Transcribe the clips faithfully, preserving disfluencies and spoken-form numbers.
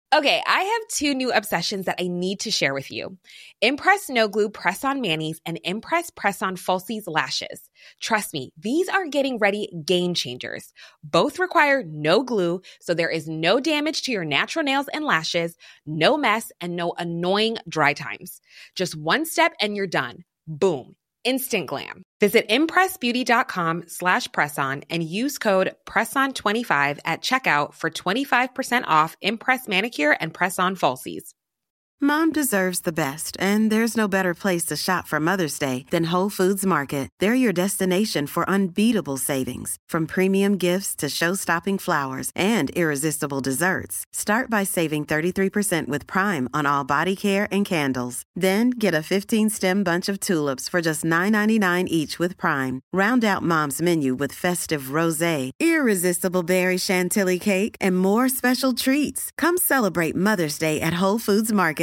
Okay, I have two new obsessions that I need to share with you. Impress No Glue Press-On Manis and Impress Press-On Falsies Lashes. Trust me, these are getting ready game changers. Both require no glue, so there is no damage to your natural nails and lashes, no mess, and no annoying dry times. Just one step and you're done. Boom. Instant glam. Visit impressbeauty.com slash presson and use code presson twenty-five at checkout for twenty-five percent off Impress Manicure and Press-On Falsies. Mom deserves the best, and there's no better place to shop for Mother's Day than Whole Foods Market. They're your destination for unbeatable savings, from premium gifts to show-stopping flowers and irresistible desserts. Start by saving thirty-three percent with Prime on all body care and candles. Then get a fifteen-stem bunch of tulips for just nine ninety-nine each with Prime. Round out Mom's menu with festive rosé, irresistible berry chantilly cake, and more special treats. Come celebrate Mother's Day at Whole Foods Market.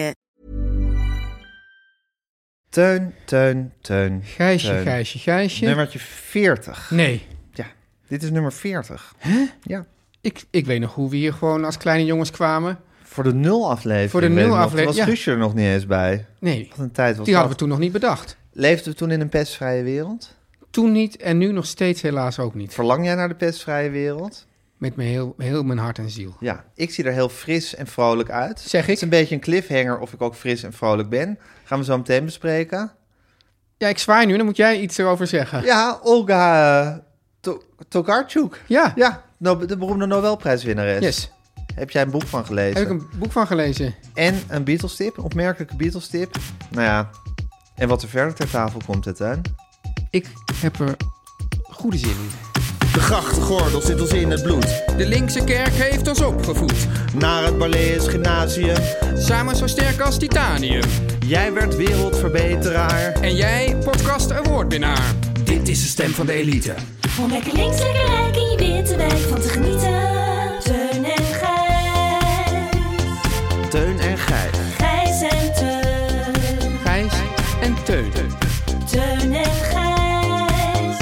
Teun, Teun, Teun. Gijsje, Teun. Gijsje, Gijsje. Nummertje veertig. Nee. Ja, dit is nummer veertig. Hè? Ja. Ik, ik weet nog hoe we hier gewoon als kleine jongens kwamen. Voor de nul aflevering. Voor de nul aflevering, was ja. Guusje er nog niet eens bij. Nee, Wat een tijd was die hadden dat. we toen nog niet bedacht. Leefden we toen in een pestvrije wereld? Toen niet en nu nog steeds helaas ook niet. Verlang jij naar de pestvrije wereld? Met mijn heel, heel mijn hart en ziel. Ja, ik zie er heel fris en vrolijk uit. Zeg ik? Het is een beetje een cliffhanger of ik ook fris en vrolijk ben. Gaan we zo meteen bespreken. Ja, ik zwaai nu, dan moet jij iets erover zeggen. Ja, Olga uh, to- Tokarczuk. Ja. Ja, no- de beroemde Nobelprijswinnares. Yes. Heb jij een boek van gelezen? Heb ik een boek van gelezen. En een Beatles-tip, een opmerkelijke Beatles-tip. Nou ja, en wat er verder ter tafel komt, het hè? Ik heb er goede zin in. De grachtgordel zit ons in het bloed. De linkse kerk heeft ons opgevoed. Naar het Barlees Gymnasium. Samen zo sterk als titanium. Jij werd wereldverbeteraar. En jij podcast awardwinnaar. Dit is de stem van de elite. Om lekker links, lekker rijk in je witte wijk van te genieten. Teun en Gijs. Teun en Gijs. Gijs en Teun. Gijs en Teun. Teun en Gijs.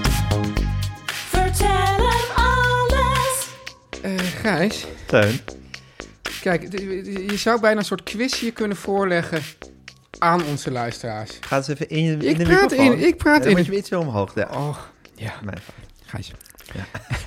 Vertel hem alles. Uh, Gijs, Teun. kijk, d- d- je zou bijna een soort quizje kunnen voorleggen aan onze luisteraars. Ga eens even in, je, in Ik de praat microfoon. in- ik praat Ja, dan in- moet je hem iets weer omhoog. Ja. Oh, ja. Mijn fout. Gijs. Ja.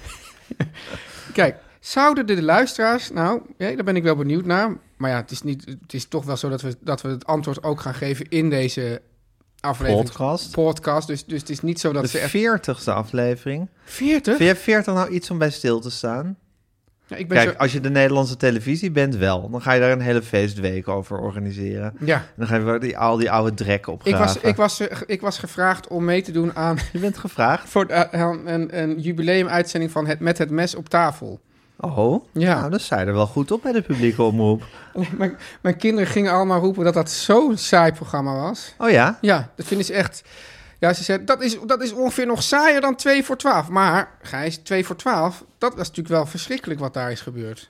Kijk, zouden de luisteraars... Nou, ja, daar ben ik wel benieuwd naar. Maar ja, het is, niet, het is toch wel zo dat we, dat we het antwoord ook gaan geven in deze aflevering. Podcast. Podcast. Dus, dus het is niet zo dat De ze echt... veertigste aflevering. veertig? Vind jij veertig nou iets om bij stil te staan? Ja, ik ben Kijk, zo... als je de Nederlandse televisie bent wel, dan ga je daar een hele feestweek over organiseren. Ja. En dan ga je weer die, al die oude drek Ik opgraven. was, ik, was, ik was gevraagd om mee te doen aan... Je bent gevraagd. voor uh, een, een jubileumuitzending van het Met het Mes op tafel. Oh, Ja. nou, dan sta je er wel goed op bij de publieke omroep. Mijn, mijn kinderen gingen allemaal roepen dat dat zo'n saai programma was. Oh ja? Ja, dat vinden ze echt... Ja, ze zeiden, dat is, dat is ongeveer nog saaier dan twee voor twaalf. Maar, Gijs, twee voor twaalf, dat was natuurlijk wel verschrikkelijk wat daar is gebeurd.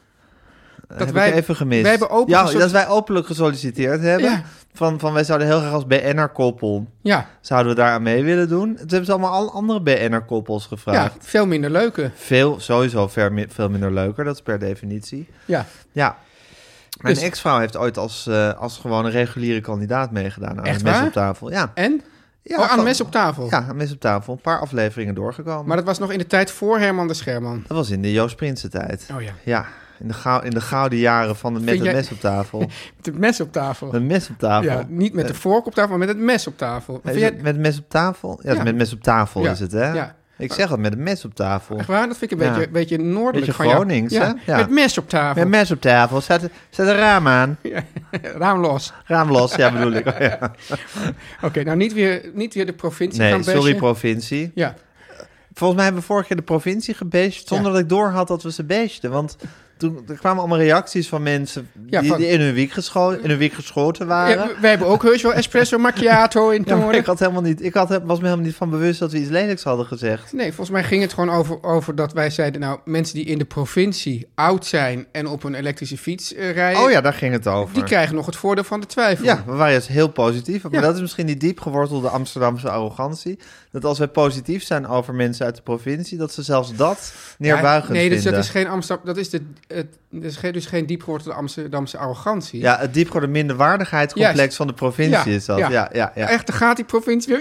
Dat Dat heb wij- ik even gemist. wij hebben open ja, gesoll- dat wij openlijk gesolliciteerd hebben. Ja. Van, van wij zouden heel graag als B N R-koppel... Ja, zouden we daar aan mee willen doen. Toen hebben ze allemaal al andere B N R-koppels ja, gevraagd. veel minder leuke. Veel, sowieso ver, mi- veel minder leuker, dat is per definitie. Ja, Ja. Mijn Dus- ex-vrouw heeft ooit als, uh, als gewoon een reguliere kandidaat meegedaan aan Echt het mes waar? op tafel. Ja. en? Ja, oh, aan gewoon- mes op tafel. Ja, een mes op tafel. Een paar afleveringen doorgekomen. Maar dat was nog in de tijd voor Herman de Scherman. Dat was in de Joost Prinsen tijd. Oh ja. Ja, in de, gou- in de gouden jaren van het met Vind het jij- mes op tafel. Met het mes op tafel. Een mes op tafel. Ja, niet met de vork op tafel, maar met het mes op tafel. Is Vind jij- het met het mes op tafel? Ja, Ja. met het mes op tafel Ja. is het, hè? Ja. Ik zeg het, met het mes op tafel. Echt waar? Dat vind ik een Ja. beetje, beetje noordelijk Beetje van jou. Gronings, Ja, hè? Ja. Met mes op tafel. Met mes op tafel. Zet, zet een raam aan. Ja, raam los. Raam los, ja, bedoel ik. Oh, ja. Oké, nou niet weer, niet weer de provincie Nee, gaan bashen. sorry provincie. Ja, Volgens mij hebben we vorige keer de provincie gebashed... zonder Ja. dat ik doorhad dat we ze bashten. Want toen er kwamen allemaal reacties van mensen... Ja, die, van- die in, hun wiek gescho- in hun wiek geschoten waren. ja wij hebben ook heus wel espresso macchiato in het Ja, maar noorden. ik had helemaal niet, ik had, was me helemaal niet van bewust dat we iets lelijks hadden gezegd. Nee, volgens mij ging het gewoon over, over dat wij zeiden... nou, mensen die in de provincie oud zijn en op een elektrische fiets eh, rijden... Oh ja, daar ging het over. die krijgen nog het voordeel van de twijfel. Ja, we waren juist heel positief. Maar Ja. dat is misschien die diep gewortelde Amsterdamse arrogantie. Dat als wij positief zijn over mensen uit de provincie... dat ze zelfs dat neerbuigend Ja, nee, dus vinden. dat is geen Amsterdam. Dat is de het, er is geen, dus geen diepgewortelde Amsterdamse arrogantie. Ja, het diepgaande minderwaardigheidscomplex Juist. van de provincie Ja, is dat. ja. Ja, ja, ja. Echt, dan gaat die provincie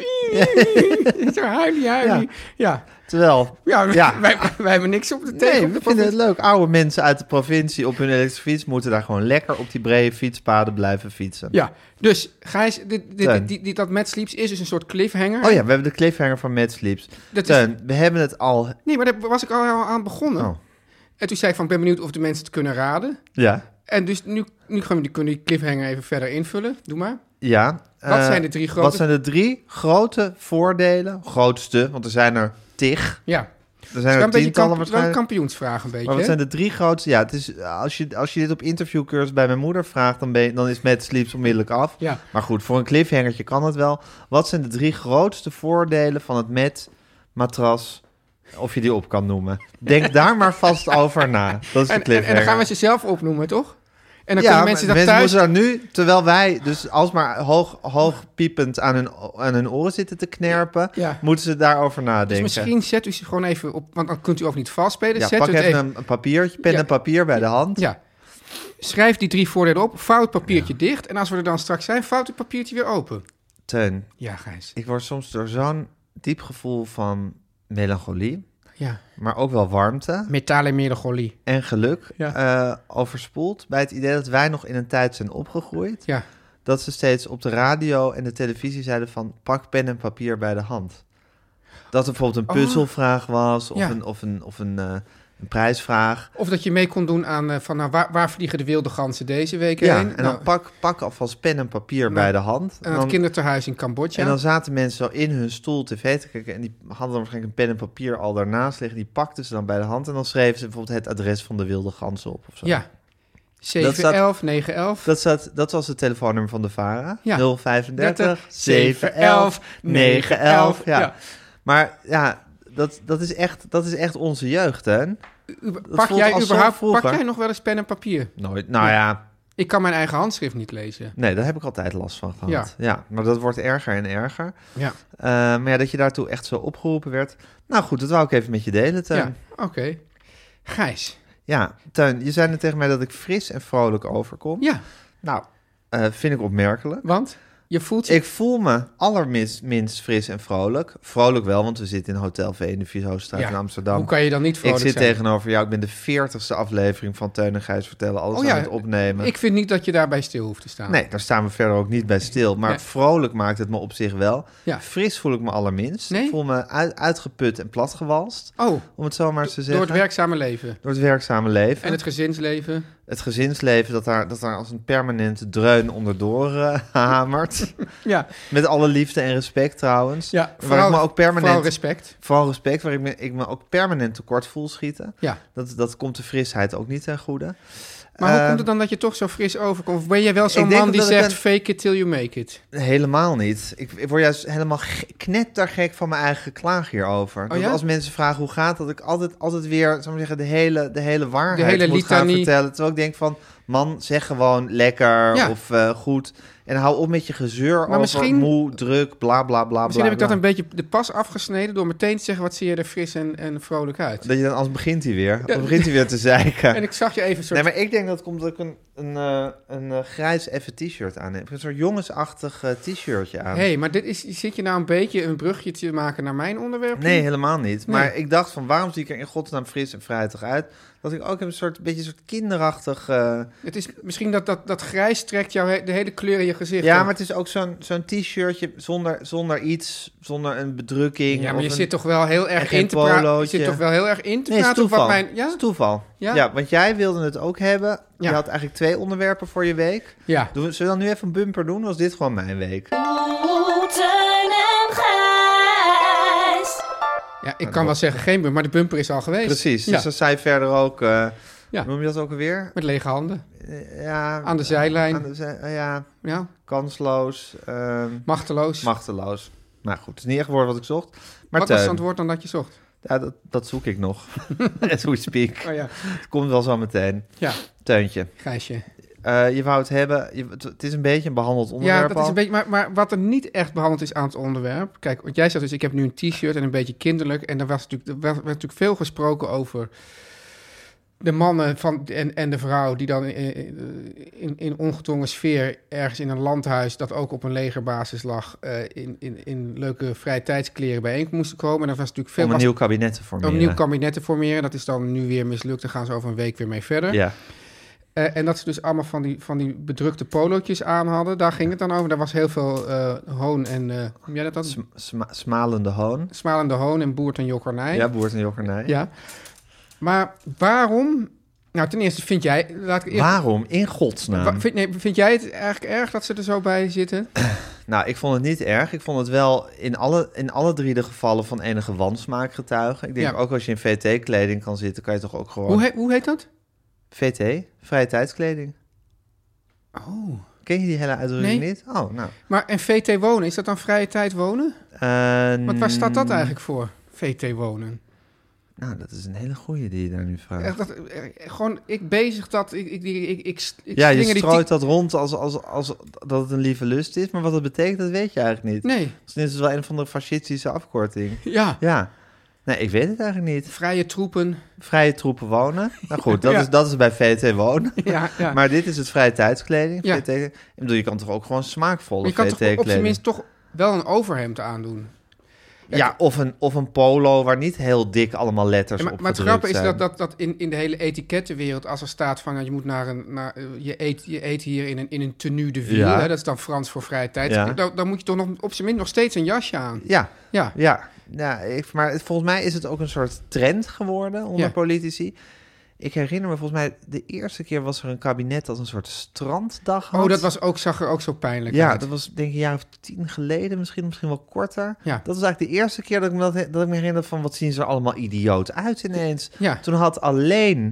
weer... Zo huilie, huilie. Ja, Terwijl, ja. Ja. Wij, wij hebben niks op de tegen. nee, op de we vinden het provincie. leuk. Oude mensen uit de provincie op hun elektrische fiets moeten daar gewoon lekker op die brede fietspaden blijven fietsen. Ja, dus Gijs, dit, dit, Teun. dit, dit, dit- dat Mad Sleeps is dus een soort cliffhanger. Oh ja, we hebben de cliffhanger van Mad Sleeps. Dat is, Teun, we hebben het al... nee, maar daar was ik al aan begonnen. Oh, En toen zei ik van, ik ben benieuwd of de mensen het kunnen raden. ja. En dus nu, nu gaan we die, kunnen die cliffhanger even verder invullen. Doe maar. Ja. Wat eh, zijn de drie grote... Wat zijn de drie grote voordelen? Grootste, want er zijn er tig. Ja, Er het zijn is wel er een beetje tientallen kamp, wel een waarschijnlijk. kampioensvraag een beetje. Maar wat hè? zijn de drie grootste? Ja, het is, als, je, als je dit op interviewcursus bij mijn moeder vraagt, dan, ben je, dan is Mad Sleeps onmiddellijk af. Ja. Maar goed, voor een cliffhangertje kan het wel. Wat zijn de drie grootste voordelen van het Mad matras, of je die op kan noemen? Denk daar maar vast over na. Dat is de En, en, cliffhanger. en dan gaan we ze zelf opnoemen, toch? En dan ja, kunnen mensen maar dat thuis... moeten daar nu, terwijl wij dus alsmaar hoog, hoog piepend aan hun, aan hun oren zitten te knerpen, Ja. moeten ze daarover Dus nadenken. misschien zet u ze gewoon even op... Want dan kunt u ook niet vastspelen. ja, Zet pak u het even even... een, een papiertje, pen Ja. en papier bij de hand. Ja. Schrijf die drie voordelen op, vouw het papiertje dicht... en als we er dan straks zijn, vouwt het papiertje weer open. Teun, Ja, Gijs. ik word soms door zo'n diep gevoel van melancholie, Ja. maar ook wel warmte Metalen melancholie. en geluk Ja. eh, overspoeld bij het idee dat wij nog in een tijd zijn opgegroeid, Ja. dat ze steeds op de radio en de televisie zeiden van pak pen en papier bij de hand. Dat er bijvoorbeeld een Oh. puzzelvraag was of, Ja. een, of, een, of een, eh, een prijsvraag. Of dat je mee kon doen aan... eh, van, nou, waar, waar vliegen de wilde ganzen deze week Ja, heen? en dan Nou, pak, pak alvast pen en papier Nou, bij de hand. aan het dan- kinderthuis in Cambodja. En dan zaten mensen zo in hun stoel tv te kijken en die hadden dan waarschijnlijk een pen en papier al daarnaast liggen. Die pakten ze dan bij de hand en dan schreven ze bijvoorbeeld het adres van de wilde ganzen op of zo. Ja. zeven staat- elf, negen elf. Dat, zat, dat was het telefoonnummer van de VARA. Ja. nul vijfendertig, dertig, zeven elf, negen elf. Ja. Ja. Maar ja, dat, dat, is echt, dat is echt onze jeugd, hè? U- Dat Pak voelt jij als zo überhaupt vroeger. pak jij nog wel eens pen en papier? Nooit. Nou ja, Ik kan mijn eigen handschrift niet lezen. nee, daar heb ik altijd last van gehad. Ja. Ja, maar dat wordt erger en erger. Ja, Uh, maar ja, dat je daartoe echt zo opgeroepen werd. Nou goed, dat wou ik even met je delen, Teun. ja. oké. Gijs. Ja, Teun, je zei net tegen mij dat ik fris en vrolijk overkom. Ja, Nou, uh, vind ik opmerkelijk. want je voelt je... Ik voel me allerminst minst fris en vrolijk. Vrolijk wel, want we zitten in Hotel V in de Vieshoofdstraat Ja, in Amsterdam. Hoe kan je dan niet Ik vrolijk zit zijn? tegenover jou. Ik ben de veertigste aflevering van Teun en Gijs vertellen. Alles Oh ja, aan het opnemen. Ik vind niet dat je daarbij stil hoeft te staan. Nee, daar staan we verder ook niet bij stil. Maar Nee. vrolijk maakt het me op zich wel. Ja. Fris voel ik me allerminst. Nee? Ik voel me uit, uitgeput en platgewalst. Oh, Om het zo maar eens te zeggen. door het werkzame leven. Door het werkzame leven. En het gezinsleven. Het gezinsleven dat daar, dat daar als een permanente dreun onderdoor uh, hamert. Ja, Met alle liefde en respect trouwens. ja waar ik vooral, me ook permanent, vooral respect. vooral respect, waar ik me, ik me ook permanent tekort voel schieten. Ja. Dat, dat komt de frisheid ook niet ten goede. Maar hoe Eh, komt het dan dat je toch zo fris overkomt? Of ben jij wel zo'n ik denk man die dat ik zegt een- fake it till you make it? Helemaal niet. Ik, ik word juist helemaal ge- knettergek van mijn eigen geklaag hierover. dat Oh ja? als mensen vragen hoe gaat, dat ik altijd, altijd weer, zou ik maar zeggen, de hele, de hele waarheid De hele moet gaan litanie. vertellen. Terwijl ik denk van, man, zeg gewoon lekker Ja. of eh, goed. En hou op met je gezeur over misschien- moe, druk, bla bla bla. Misschien bla, heb ik dat bla. een beetje de pas afgesneden door meteen te zeggen wat zie je er fris en, en vrolijk uit. Dat je dan, als begint hij weer. Dan begint hij weer te zeiken. En ik zag je even een soort... Nee, maar ik denk dat het komt dat ik een, een, eh, een eh, grijs effen t-shirt aan heb. Een soort jongensachtig eh, t-shirtje aan. Hé, hey, maar dit is, zit je nou een beetje een brugje te maken naar mijn onderwerp? Nee, helemaal niet. Nee. Maar ik dacht van, waarom zie ik er in godsnaam fris en vrijdag uit? Dat ik ook een soort, beetje een soort kinderachtig... eh, Het is misschien dat, dat, dat grijs trekt jou he- de hele kleur in je gezicht. ja, op. maar het is ook zo'n zo'n t-shirtje zonder, zonder iets, zonder een bedrukking. Ja, maar of je een- zit toch wel heel erg geen in te praten. Je polootje. zit toch wel heel erg in te Nee, het is praten op wat toeval. mijn... Het Ja? is toeval. Ja? Ja? want jij wilde het ook hebben. Ja. Je had eigenlijk twee onderwerpen voor je week. Ja. Doen we- Zullen we dan nu even een bumper doen? Was dit gewoon mijn week? Oeh, Teun en Gijs. Ja, ik kan wel zeggen geen bumper, maar de bumper is al geweest. Precies. Ja, Dus dan zei je verder ook... eh Ja. Hoe noem je dat ook alweer? met lege handen. Eh, ja, Aan de zijlijn. aan de zij- eh, ja, Ja, kansloos. ehm, machteloos. machteloos. Nou goed, het is niet echt woord wat ik zocht. Maar wat was Teun, het woord dan dat je zocht? ja, dat, dat zoek ik nog. As we speak. Oh ja. Het komt wel zo meteen. Ja, Teuntje. Gijsje. Eh, je wou het hebben. Je, het, het is een beetje een behandeld onderwerp Ja, dat is al. een beetje, maar, maar wat er niet echt behandeld is aan het onderwerp... Kijk, want jij zegt dus, ik heb nu een t-shirt en een beetje kinderlijk... en er was natuurlijk, er werd, werd natuurlijk veel gesproken over... de mannen van, en, en de vrouw die dan in, in, in ongedwongen sfeer ergens in een landhuis dat ook op een legerbasis lag, uh, in, in, in leuke vrije tijdskleren bijeen moesten komen. En dat was natuurlijk veel Om een was, nieuw kabinet te formeren. om een nieuw kabinet te formeren. Dat is dan nu weer mislukt. Dan gaan ze over een week weer mee verder. Ja. Uh, en dat ze dus allemaal van die, van die bedrukte polootjes aan hadden. Daar ging het dan over. Daar was heel veel uh, hoon en... Uh, hoe noem jij dat dan? Sm- sma- smalende hoon. Smalende hoon en boert en jokkernij. Ja, boert en jokkernij. Ja. Maar waarom... Nou, ten eerste vind jij... Laat ik eerst, Waarom? In godsnaam. wa- vind, nee, vind jij het eigenlijk erg dat ze er zo bij zitten? Nou, ik vond het niet erg. Ik vond het wel in alle, in alle drie de gevallen van enige wansmaak getuigen. Ik denk Ja. ook als je in V T-kleding kan zitten, kan je toch ook gewoon... Hoe, he, hoe heet dat? V T? Vrije tijdskleding. Oh. Ken je die hele uitdrukking Nee. niet? Oh, nou. Maar en V T wonen, is dat dan vrije tijd wonen? Uh, Want waar staat dat eigenlijk voor? V T wonen. Nou, dat is een hele goeie die je daar nu vraagt. Echt, dat, eh, gewoon, ik bezig dat... Ik, ik, ik, ik, ik, ik Ja, je slinger die strooit ti- dat rond als, als, als dat het een lieve lust is. Maar wat dat betekent, dat weet je eigenlijk niet. Nee, Dus dit is wel een of andere fascistische afkorting. ja. Ja. Nee, ik weet het eigenlijk niet. Vrije troepen. Vrije troepen wonen. Nou goed, dat, Ja. is, dat is bij V T wonen. Ja, ja. Maar dit is het vrije tijdskleding. Ja. V T, ik bedoel, je kan toch ook gewoon smaakvolle Maar je kan toch op zijn V T-kleding... minst toch wel een overhemd aandoen. Ja, of een, of een polo waar niet heel dik allemaal letters Ja, maar, op maar het gedrukt grappige is zijn. dat, dat, dat in, in de hele etikettenwereld, als er staat van, nou, je moet naar een, naar, uh, je, eet, je eet hier in een, in een tenue de ville, Ja. hè, dat is dan Frans voor vrije tijd, Ja. dan, dan moet je toch nog op zijn minst nog steeds een jasje aan. Ja, Ja, ja. ja ik, maar het- volgens mij is het ook een soort trend geworden onder Ja. politici. Ik herinner me volgens mij, de eerste keer was er een kabinet dat een soort stranddag had. oh, dat was ook, zag er ook zo pijnlijk Ja, uit. dat was denk ik een jaar of tien geleden, misschien, misschien wel korter. Ja. Dat was eigenlijk de eerste keer dat ik me, dat, dat ik me herinner van wat zien ze er allemaal idioot uit ineens. Ja, Toen had alleen,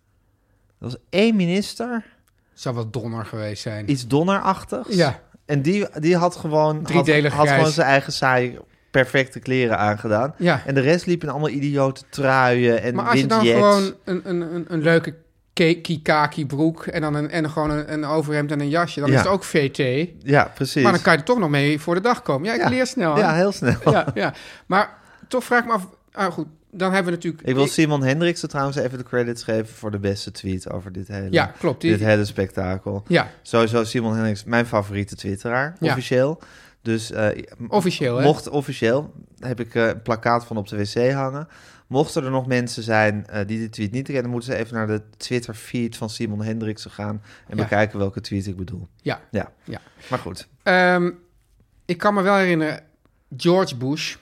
er was één minister, zou wel donner geweest zijn. iets donnerachtigs. Ja, En die, die had gewoon, had, Driedelig had grijs. gewoon zijn eigen saai, perfecte kleren aangedaan. ja. En de rest liep in allemaal idiote truien en Maar als je dan windjets. gewoon een, een, een, een leuke ke- kikaki broek en dan een, en gewoon een, een overhemd en een jasje, dan Ja. is het ook V T. Ja, precies. Maar dan kan je er toch nog mee voor de dag komen. Ja, ik Ja. leer snel. hè? Ja, heel snel. ja, ja. Maar toch vraag ik me af... Ah, goed, dan hebben we natuurlijk... Ik wil Simon Hendriksen trouwens even de credits geven voor de beste tweet over dit hele, Ja, klopt. Die, dit hele spektakel. ja, Sowieso Simon Hendriksen, mijn favoriete twitteraar, Ja. officieel. Dus eh, m- officieel, hè? mocht officieel, heb ik eh, een plakkaat van op de wc hangen. Mochten er nog mensen zijn eh, die de tweet niet kennen, moeten ze even naar de Twitter-feed van Simon Hendriksen gaan en Ja. bekijken welke tweet ik bedoel. Ja. Ja, Ja. maar goed. Ehm, ik kan me wel herinneren, George Bush,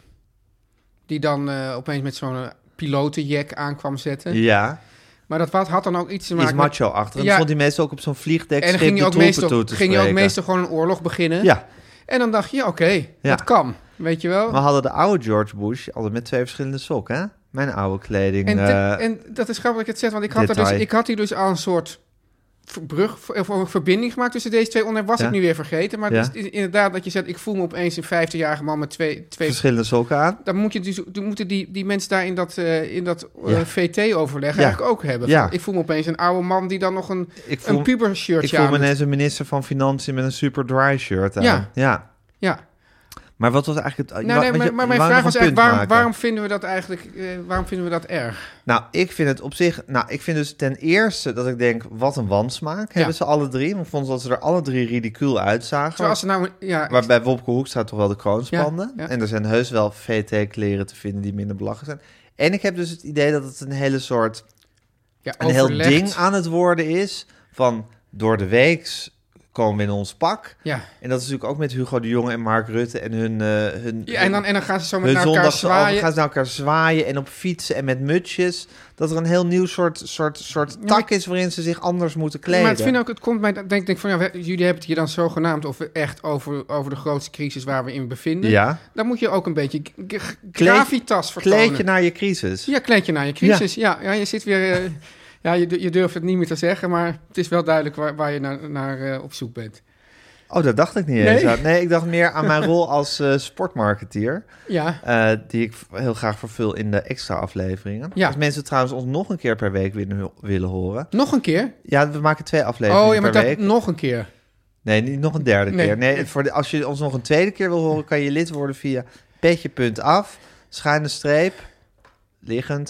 die dan eh, opeens met zo'n uh, pilotenjack aankwam zetten. Ja, Maar dat wat, had dan ook iets te iets maken met... macho-achtig. En Ja. dan stond hij meestal ook op zo'n vliegdek En dan schip ging de hij ook troepen meestal, toe te ging hij ook spreken. meestal gewoon een oorlog beginnen. Ja, En dan dacht je, oké, dat kan. Weet je wel? we hadden de oude George Bush altijd met twee verschillende sokken, hè? Mijn oude kleding. En, te- eh, en dat is grappig dat ik het zeg, want ik had, er dus, detail. ik had hier dus al een soort ver- brug of of verbinding gemaakt tussen deze twee onderwerpen. Was Ja. ik nu weer vergeten. Maar Ja. het is inderdaad dat je zegt, ik voel me opeens een vijftigjarige man met twee... twee verschillende sokken aan. dan moet je dus, dan moeten die, die mensen daar in dat, eh, in dat eh, Ja. V T-overleg Ja. eigenlijk ook hebben. Ja. Ik voel me opeens een oude man die dan nog een, Ik voel, een pubershirtje ik voel aan me doet. ineens een minister van Financiën met een super dry shirt aan. Ja. ja. Ja. Maar wat was eigenlijk het... Nou, nee, want maar, je- maar je mijn wou vraag nog was een eigenlijk, punt waarom, maken. waarom vinden we dat eigenlijk, eh, waarom vinden we dat erg? Nou, ik vind het op zich... Nou, ik vind dus ten eerste dat ik denk, wat een wansmaak hebben ze alle drie. Want ik vond dat ze er alle drie ridicuul uitzagen. Zoals ze nou... Ja, Waarbij Wopke Hoekstra toch wel de kroon spande. Ja, ja. En er zijn heus wel V T-kleren te vinden die minder belachelijk zijn. En ik heb dus het idee dat het een hele soort... ja, een heel overlegd. ding aan het worden is van door de weeks komen we in ons pak. Ja. En dat is natuurlijk ook met Hugo de Jonge en Mark Rutte en hun... uh, hun Ja, en dan, en dan gaan ze zo met hun naar elkaar zondagse over zwaaien. gaan ze naar elkaar zwaaien en op fietsen en met mutsjes. Dat er een heel nieuw soort, soort, soort maar tak ik- is waarin ze zich anders moeten kleden. Maar het vind ook, het komt mij, denk ik van, ja, we- jullie hebben het hier dan zogenaamd of echt over, over de grootste crisis waar we in bevinden. Ja, Dan moet je ook een beetje g- g- gravitas vertonen. kleed je naar je crisis. Ja, kleed je naar je crisis. Ja, ja, je zit weer, eh, ja, je, je durft het niet meer te zeggen, maar het is wel duidelijk waar, waar je naar, naar eh, op zoek bent. Oh, dat dacht ik niet Nee? eens aan. Nee, ik dacht meer aan mijn rol als eh, sportmarketeer. Ja, eh, die ik heel graag vervul in de extra afleveringen. Ja. Als mensen trouwens ons nog een keer per week willen, willen horen. nog een keer. Ja, we maken twee afleveringen Oh ja, maar per dat week. nog een keer. Nee, niet nog een derde Nee. keer. Nee, voor de, als je ons nog een tweede keer wil horen, kan je lid worden via petje punt af, schuine streep, liggend,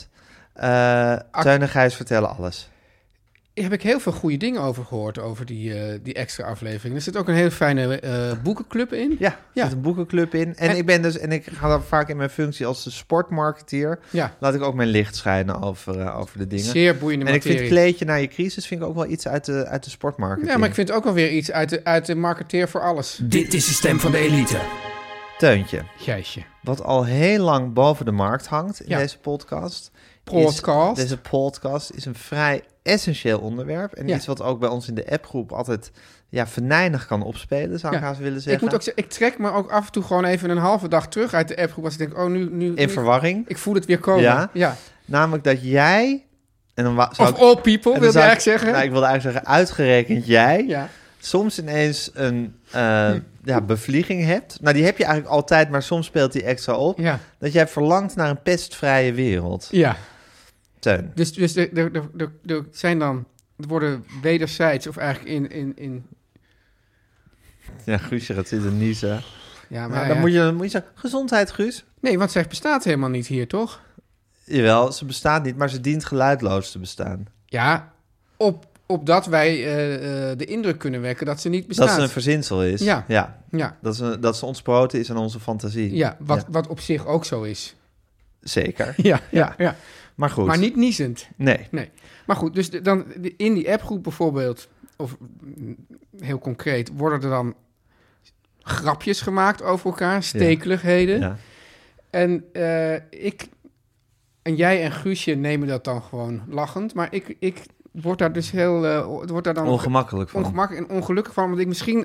Uh, Teun en Gijs vertellen alles. Daar heb ik heel veel goede dingen over gehoord, over die, uh, die extra aflevering. Er zit ook een hele fijne uh, boekenclub in. Ja, er ja. zit een boekenclub in. En, En- ik ben dus, en ik ga dan vaak in mijn functie als de sportmarketeer, Ja, laat ik ook mijn licht schijnen over, uh, over de dingen. zeer boeiende En ik materie. vind kleedje naar je crisis vind ik ook wel iets uit de, uit de sportmarketing. Ja, maar ik vind ook wel weer iets uit de, uit de marketeer voor alles. Dit is de stem van de elite. Teuntje, Gijsje. wat al heel lang boven de markt hangt in Ja. deze podcast. Podcast. Is, deze podcast is een vrij essentieel onderwerp. En Ja. iets wat ook bij ons in de appgroep altijd ja, venijnig kan opspelen, zou ik Ja. haast willen zeggen. Ik moet ook zeggen, ik trek me ook af en toe gewoon even een halve dag terug uit de appgroep als ik denk, oh, nu... nu in nu- verwarring. Ik voel het weer komen. Ja. Ja. Namelijk dat jij... En dan wa- zou Of ik- all people, en dan wil je zou ik- eigenlijk zeggen? Nou, ik wilde eigenlijk zeggen, uitgerekend jij... Ja. soms ineens een uh, ja, bevlieging hebt. Nou, die heb je eigenlijk altijd, maar soms speelt die extra op. Ja. Dat jij verlangt naar een pestvrije wereld. Ja. Teun. Dus, dus er, er, er, er, er zijn dan... Er worden wederzijds, of eigenlijk in... in, in Ja, Guusje gaat zitten niezen. ja, maar Maar ja. dan moet je, dan moet je zeggen, gezondheid Guus. Nee, want zij bestaat helemaal niet hier, toch? Jawel, ze bestaat niet, maar ze dient geluidloos te bestaan. Ja, op, opdat wij uh, uh, de indruk kunnen wekken dat ze niet bestaat. Dat ze een verzinsel is. Ja. ja. Ja, Dat, ze, dat ze ontsproten is aan onze fantasie. ja, wat, Ja. wat op zich ook zo is. Zeker. Ja, ja, ja. Maar goed. Maar niet niezend. Nee. Nee. Maar goed, dus de- dan de- in die appgroep bijvoorbeeld, of mm, heel concreet, worden er dan grapjes gemaakt over elkaar, stekeligheden. Ja. En uh, ik en jij en Guusje nemen dat dan gewoon lachend, maar ik, ik word daar dus heel, uh, het wordt daar dan Ongemakkelijk van. ongemakkelijk en ongelukkig van, want ik misschien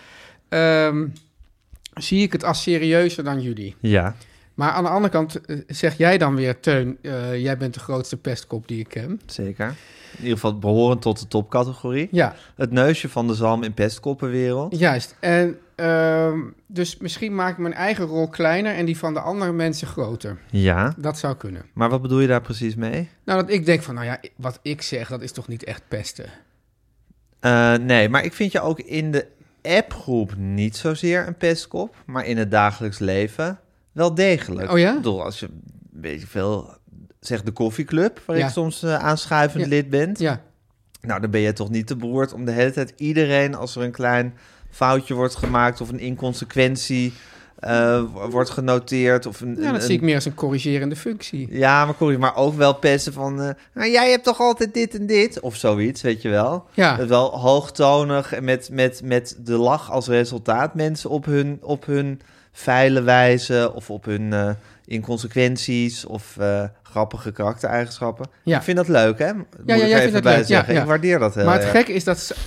um, zie ik het als serieuzer dan jullie. Ja. Maar aan de andere kant uh, zeg jij dan weer, Teun, uh, jij bent de grootste pestkop die ik ken. Zeker. In ieder geval behorend tot de topcategorie. Ja, Het neusje van de zalm in pestkoppenwereld. juist. En uh, dus misschien maak ik mijn eigen rol kleiner en die van de andere mensen groter. Ja. Dat zou kunnen. Maar wat bedoel je daar precies mee? Nou, dat ik denk van, nou ja, wat ik zeg, dat is toch niet echt pesten? Uh, nee, maar ik vind je ook in de appgroep niet zozeer een pestkop, maar in het dagelijks leven wel degelijk. Oh ja? Ik bedoel, als je een beetje veel, zeg de koffieclub, waar Ja. je soms uh, aanschuivend Ja. lid bent. Ja, Nou, dan ben je toch niet te beroerd om de hele tijd iedereen, als er een klein foutje wordt gemaakt of een inconsequentie uh, wordt genoteerd. Of een, ja een, dat zie ik meer als een corrigerende functie. Ja, maar, corrie, maar ook wel pesten van... Uh, nou, jij hebt toch altijd dit en dit? Of zoiets, weet je wel. Ja, Het wel hoogtonig en met, met, met de lach als resultaat mensen op hun, op hun feile wijze of op hun uh, inconsequenties of uh, grappige karaktereigenschappen. Ja. Ik vind dat leuk, hè? Moet ja, ik jij er vindt even dat bij leuk, ja, zeggen. ja. Ik waardeer dat heel maar het erg. gekke is dat z-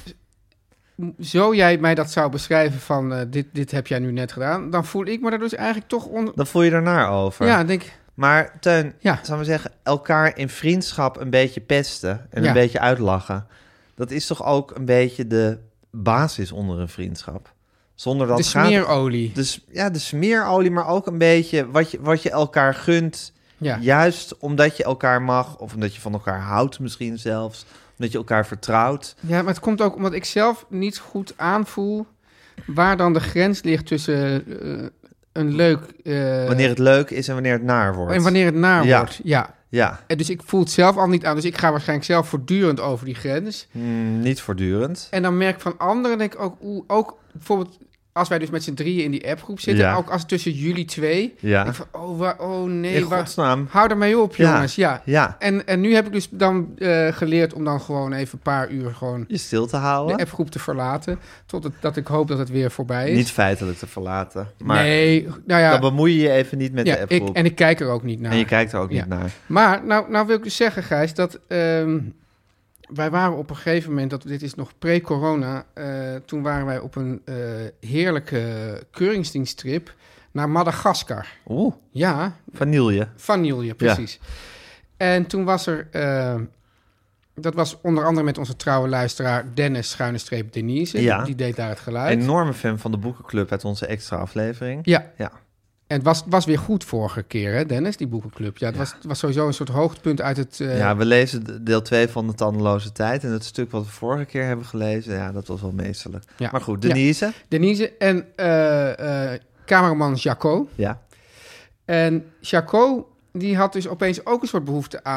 zo jij mij dat zou beschrijven van uh, dit, dit heb jij nu net gedaan, dan voel ik me daar dus eigenlijk toch on... Dan voel je ernaar over. Ja, denk ik, Maar Teun, Ja. zullen we zeggen, elkaar in vriendschap een beetje pesten en Ja. een beetje uitlachen. Dat is toch ook een beetje de basis onder een vriendschap. Zonder dat de gaat... smeerolie. De, s- ja, de smeerolie, maar ook een beetje wat je, wat je elkaar gunt. Ja. Juist omdat je elkaar mag, of omdat je van elkaar houdt misschien zelfs. Omdat je elkaar vertrouwt. ja, maar het komt ook omdat ik zelf niet goed aanvoel waar dan de grens ligt tussen uh, een leuk... uh, Wanneer het leuk is en wanneer het naar wordt. en wanneer het naar Ja. wordt, ja. Ja, En dus ik voel het zelf al niet aan, dus ik ga waarschijnlijk zelf voortdurend over die grens. mm, niet voortdurend. En dan merk ik van anderen, denk ik ook, oeh, ook bijvoorbeeld als wij dus met z'n drieën in die appgroep zitten, Ja. ook als het tussen jullie twee, Ja, denk ik van, oh, waar, oh nee, in waar, godsnaam. hou ermee op, Ja. jongens, ja. Ja, En, en nu heb ik dus dan uh, geleerd om dan gewoon even een paar uur gewoon je stil te houden. de appgroep te verlaten, tot het, dat ik hoop dat het weer voorbij is. Niet feitelijk te verlaten. Maar nee, nou ja, dan bemoei je je even niet met ja de appgroep. ik, en ik kijk er ook niet naar. En je kijkt er ook Ja. niet naar. Maar nou, nou wil ik dus zeggen, Gijs, dat ehm, wij waren op een gegeven moment, dat dit is nog pre-corona, uh, toen waren wij op een uh, heerlijke keuringsdiensttrip naar Madagaskar. Oeh, Ja, vanille. vanille, precies. En toen was er, uh, dat was onder andere met onze trouwe luisteraar Dennis schuine streep Denise. Ja. Die deed daar het geluid. Enorme fan van de boekenclub uit onze extra aflevering. Ja. Ja. En het was, was weer goed vorige keer, hè, Dennis, die boekenclub. Ja, het, Was, het was sowieso een soort hoogtepunt uit het... Uh, Ja, we lezen de- deel twee van de Tandeloze Tijd. En het stuk wat we vorige keer hebben gelezen, ja, dat was wel meesterlijk. Ja. Maar goed, Denise. Denise en uh, uh, cameraman Jaco. Ja. En Jaco, die had dus opeens ook een soort behoefte aan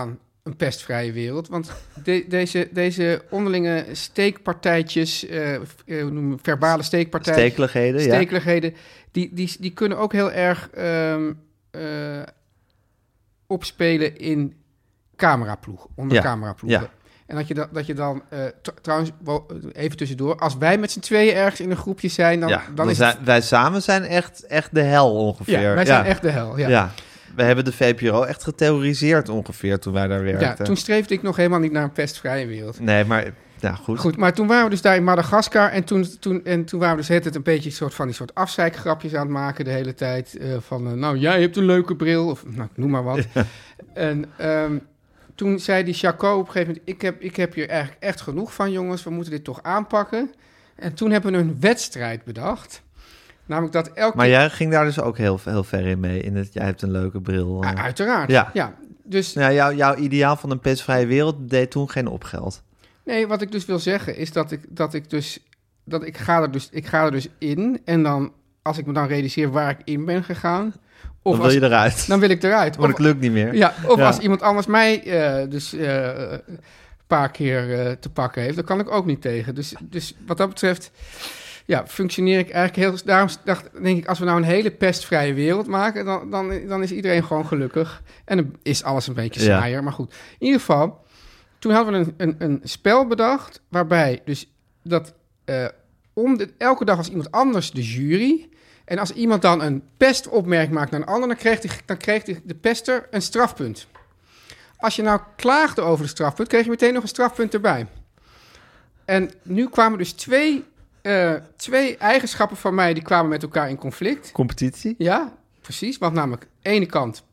een pestvrije wereld. Want de, deze, deze onderlinge steekpartijtjes, uh, uh, noem, verbale steekpartijtjes... Stekeligheden, ja. Stekeligheden, die, die, die kunnen ook heel erg um, uh, opspelen in cameraploeg, onder Ja, cameraploegen. ja. En dat je, da, dat je dan, uh, t- trouwens, wel, even tussendoor, als wij met z'n tweeën ergens in een groepje zijn, dan, ja, dan, dan is zijn, het... wij samen zijn echt, echt de hel ongeveer. Ja, wij zijn echt de hel, ja. Ja. We hebben de V P R O echt geterroriseerd ongeveer toen wij daar werkten. Ja, toen streefde ik nog helemaal niet naar een pestvrije wereld. Nee, maar ja, goed. Goed, maar toen waren we dus daar in Madagaskar en toen, toen, en toen waren we dus het een beetje een soort van die soort afzeikgrapjes aan het maken de hele tijd. Uh, van, uh, nou, jij hebt een leuke bril, of nou, noem maar wat. Ja. En um, toen zei die Chaco op een gegeven moment, ik heb, ik heb hier eigenlijk echt genoeg van, jongens, we moeten dit toch aanpakken. En toen hebben we een wedstrijd bedacht. Namelijk dat elke Maar jij ging daar dus ook heel, heel ver in mee, in het jij hebt een leuke bril. Uh. Ja, uiteraard, ja. ja. Dus... Ja, jou, jouw ideaal van een pestvrije wereld deed toen geen opgeld. Nee, wat ik dus wil zeggen is dat ik, dat ik dus... dat ik ga er dus ik ga er dus in en dan, als ik me dan realiseer waar ik in ben gegaan... Of dan wil als, je eruit. Dan wil ik eruit. Maar Of, dat lukt niet meer. ja, of Ja. als iemand anders mij uh, dus uh, een paar keer uh, te pakken heeft, dan kan ik ook niet tegen. Dus, dus wat dat betreft... Ja, functioneer ik eigenlijk heel... Daarom dacht, denk ik, als we nou een hele pestvrije wereld maken... dan, dan, dan is iedereen gewoon gelukkig. En dan is alles een beetje saaier. Ja. Maar goed, in ieder geval... Toen hadden we een, een, een spel bedacht... waarbij dus dat... Uh, om de, elke dag was iemand anders de jury... en als iemand dan een pestopmerking maakt naar een ander... dan kreeg, die, dan kreeg die, de pester een strafpunt. Als je nou klaagde over de strafpunt... kreeg je meteen nog een strafpunt erbij. En nu kwamen dus twee... Uh, twee eigenschappen van mij die kwamen met elkaar in conflict. Competitie? Ja, precies. Want namelijk, aan de ene kant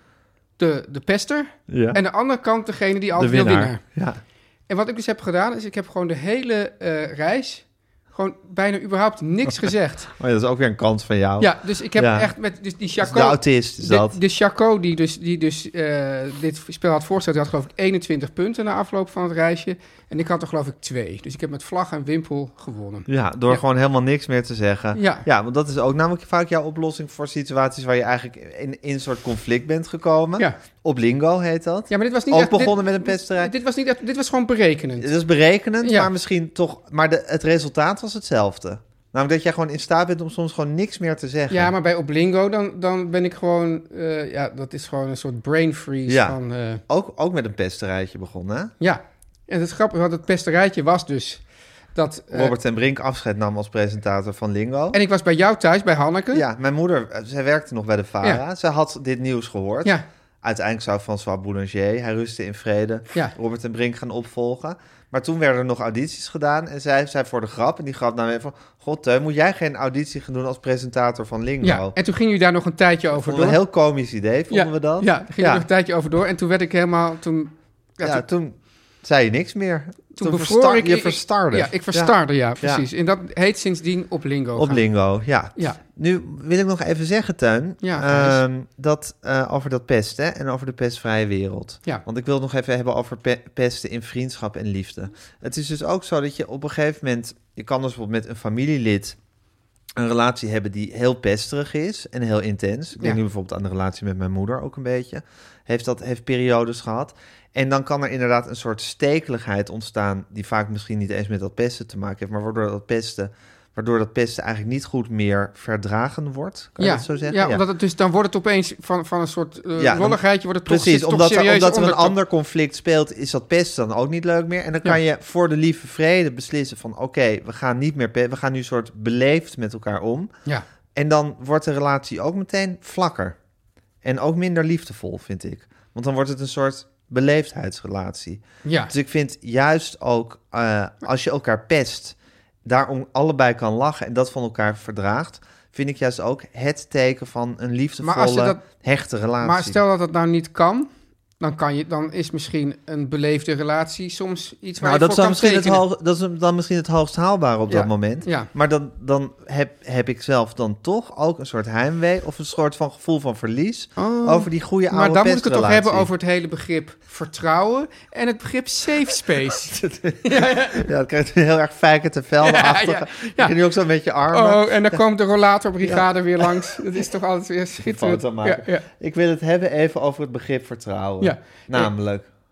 de, de pester... Ja. En de andere kant degene die altijd wil winnen. Ja. En wat ik dus heb gedaan, is ik heb gewoon de hele uh, reis... gewoon bijna überhaupt niks gezegd. Oh ja, dat is ook weer een kant van jou. Ja, dus ik heb ja. echt met dus die Chaco... De autist is dat. De, de Chaco die dus, die dus uh, dit spel had voorgesteld... die had geloof ik eenentwintig punten na afloop van het reisje... En ik had er geloof ik twee. Dus ik heb met vlag en wimpel gewonnen. Ja, door ja. gewoon helemaal niks meer te zeggen. Ja. ja, want dat is ook namelijk vaak jouw oplossing voor situaties... waar je eigenlijk in, in een soort conflict bent gekomen. Ja. Op Lingo heet dat. Ja, maar dit was niet ook echt, begonnen dit, met een pesterij. Dit was, niet echt, dit was gewoon berekenend. Dit is berekenend, ja. maar misschien toch... Maar de, het resultaat was hetzelfde. Namelijk dat jij gewoon in staat bent om soms gewoon niks meer te zeggen. Ja, maar bij Oplingo dan, dan ben ik gewoon... Uh, ja, dat is gewoon een soort brain freeze ja. van... Uh... Ook, ook met een pesterijtje begonnen, hè? Ja. En het grappige wat het pesterijtje was dus dat... Uh, Robert ten Brink afscheid nam als presentator van Lingo. En ik was bij jou thuis, bij Hanneke. Ja, mijn moeder, zij werkte nog bij de VARA. Ja. Zij had dit nieuws gehoord. Ja. Uiteindelijk zou François Boulanger, hij rustte in vrede, ja. Robert ten Brink gaan opvolgen. Maar toen werden er nog audities gedaan en zij zei voor de grap, en die grap nam even van... God, Teun, moet jij geen auditie gaan doen als presentator van Lingo? Ja, en toen gingen jullie daar nog een tijdje over door. Een heel komisch idee, vonden ja. we dat. Ja, daar gingen we nog een tijdje over door. En toen werd ik helemaal... Toen, ja, ja, toen... toen zei je niks meer. Toen, toen verstar, ik, je ik, verstarde. Ja, ik verstarde, ja, ja precies. Ja. En dat heet sindsdien op Lingo. Op gaan. Lingo, ja. ja. Nu wil ik nog even zeggen, Teun, ja, uh, dat uh, over dat pesten en over de pestvrije wereld. Ja. Want ik wil het nog even hebben over pe- pesten in vriendschap en liefde. Het is dus ook zo dat je op een gegeven moment... Je kan dus bijvoorbeeld met een familielid een relatie hebben die heel pesterig is en heel intens. Ik denk ja. nu bijvoorbeeld aan de relatie met mijn moeder ook een beetje. Heeft dat heeft periodes gehad. En dan kan er inderdaad een soort stekeligheid ontstaan... die vaak misschien niet eens met dat pesten te maken heeft... maar waardoor dat pesten, waardoor dat pesten eigenlijk niet goed meer verdragen wordt. Kan ja, je dat zo zeggen? Ja, omdat het dus, dan wordt het opeens van, van een soort uh, ja, rolligheidje... wordt het toch, precies, toch omdat, er, omdat er een onder... ander conflict speelt... is dat pesten dan ook niet leuk meer. En dan kan ja. je voor de lieve vrede beslissen van... oké, okay, we gaan niet meer pe- we gaan nu een soort beleefd met elkaar om. Ja. En dan wordt de relatie ook meteen vlakker. En ook minder liefdevol, vind ik. Want dan wordt het een soort... beleefdheidsrelatie. Ja. Dus ik vind juist ook, uh, als je elkaar pest, daarom allebei kan lachen en dat van elkaar verdraagt, vind ik juist ook het teken van een liefdevolle, dat, hechte relatie. Maar stel dat dat nou niet kan, dan, kan je, dan is misschien een beleefde relatie soms iets waar nou, je dat voor kan misschien het hoog, dat is dan misschien het hoogst haalbare op ja. dat moment. Ja. Maar dan, dan heb, heb ik zelf dan toch ook een soort heimwee of een soort van gevoel van verlies oh. over die goede oude pestrelatie. Maar dan moet ik het toch hebben over het hele begrip vertrouwen en het begrip safe space. ja, ja. ja, dat krijgt een heel erg fijke te veldenachtige. Ja, ja, ja. Ik nu ook zo'n beetje armen. Oh, en dan komt de rollatorbrigade ja. weer langs. Dat is toch altijd weer schitterend. Ja, ja. Ik wil het hebben even over het begrip vertrouwen. Ja. Namelijk...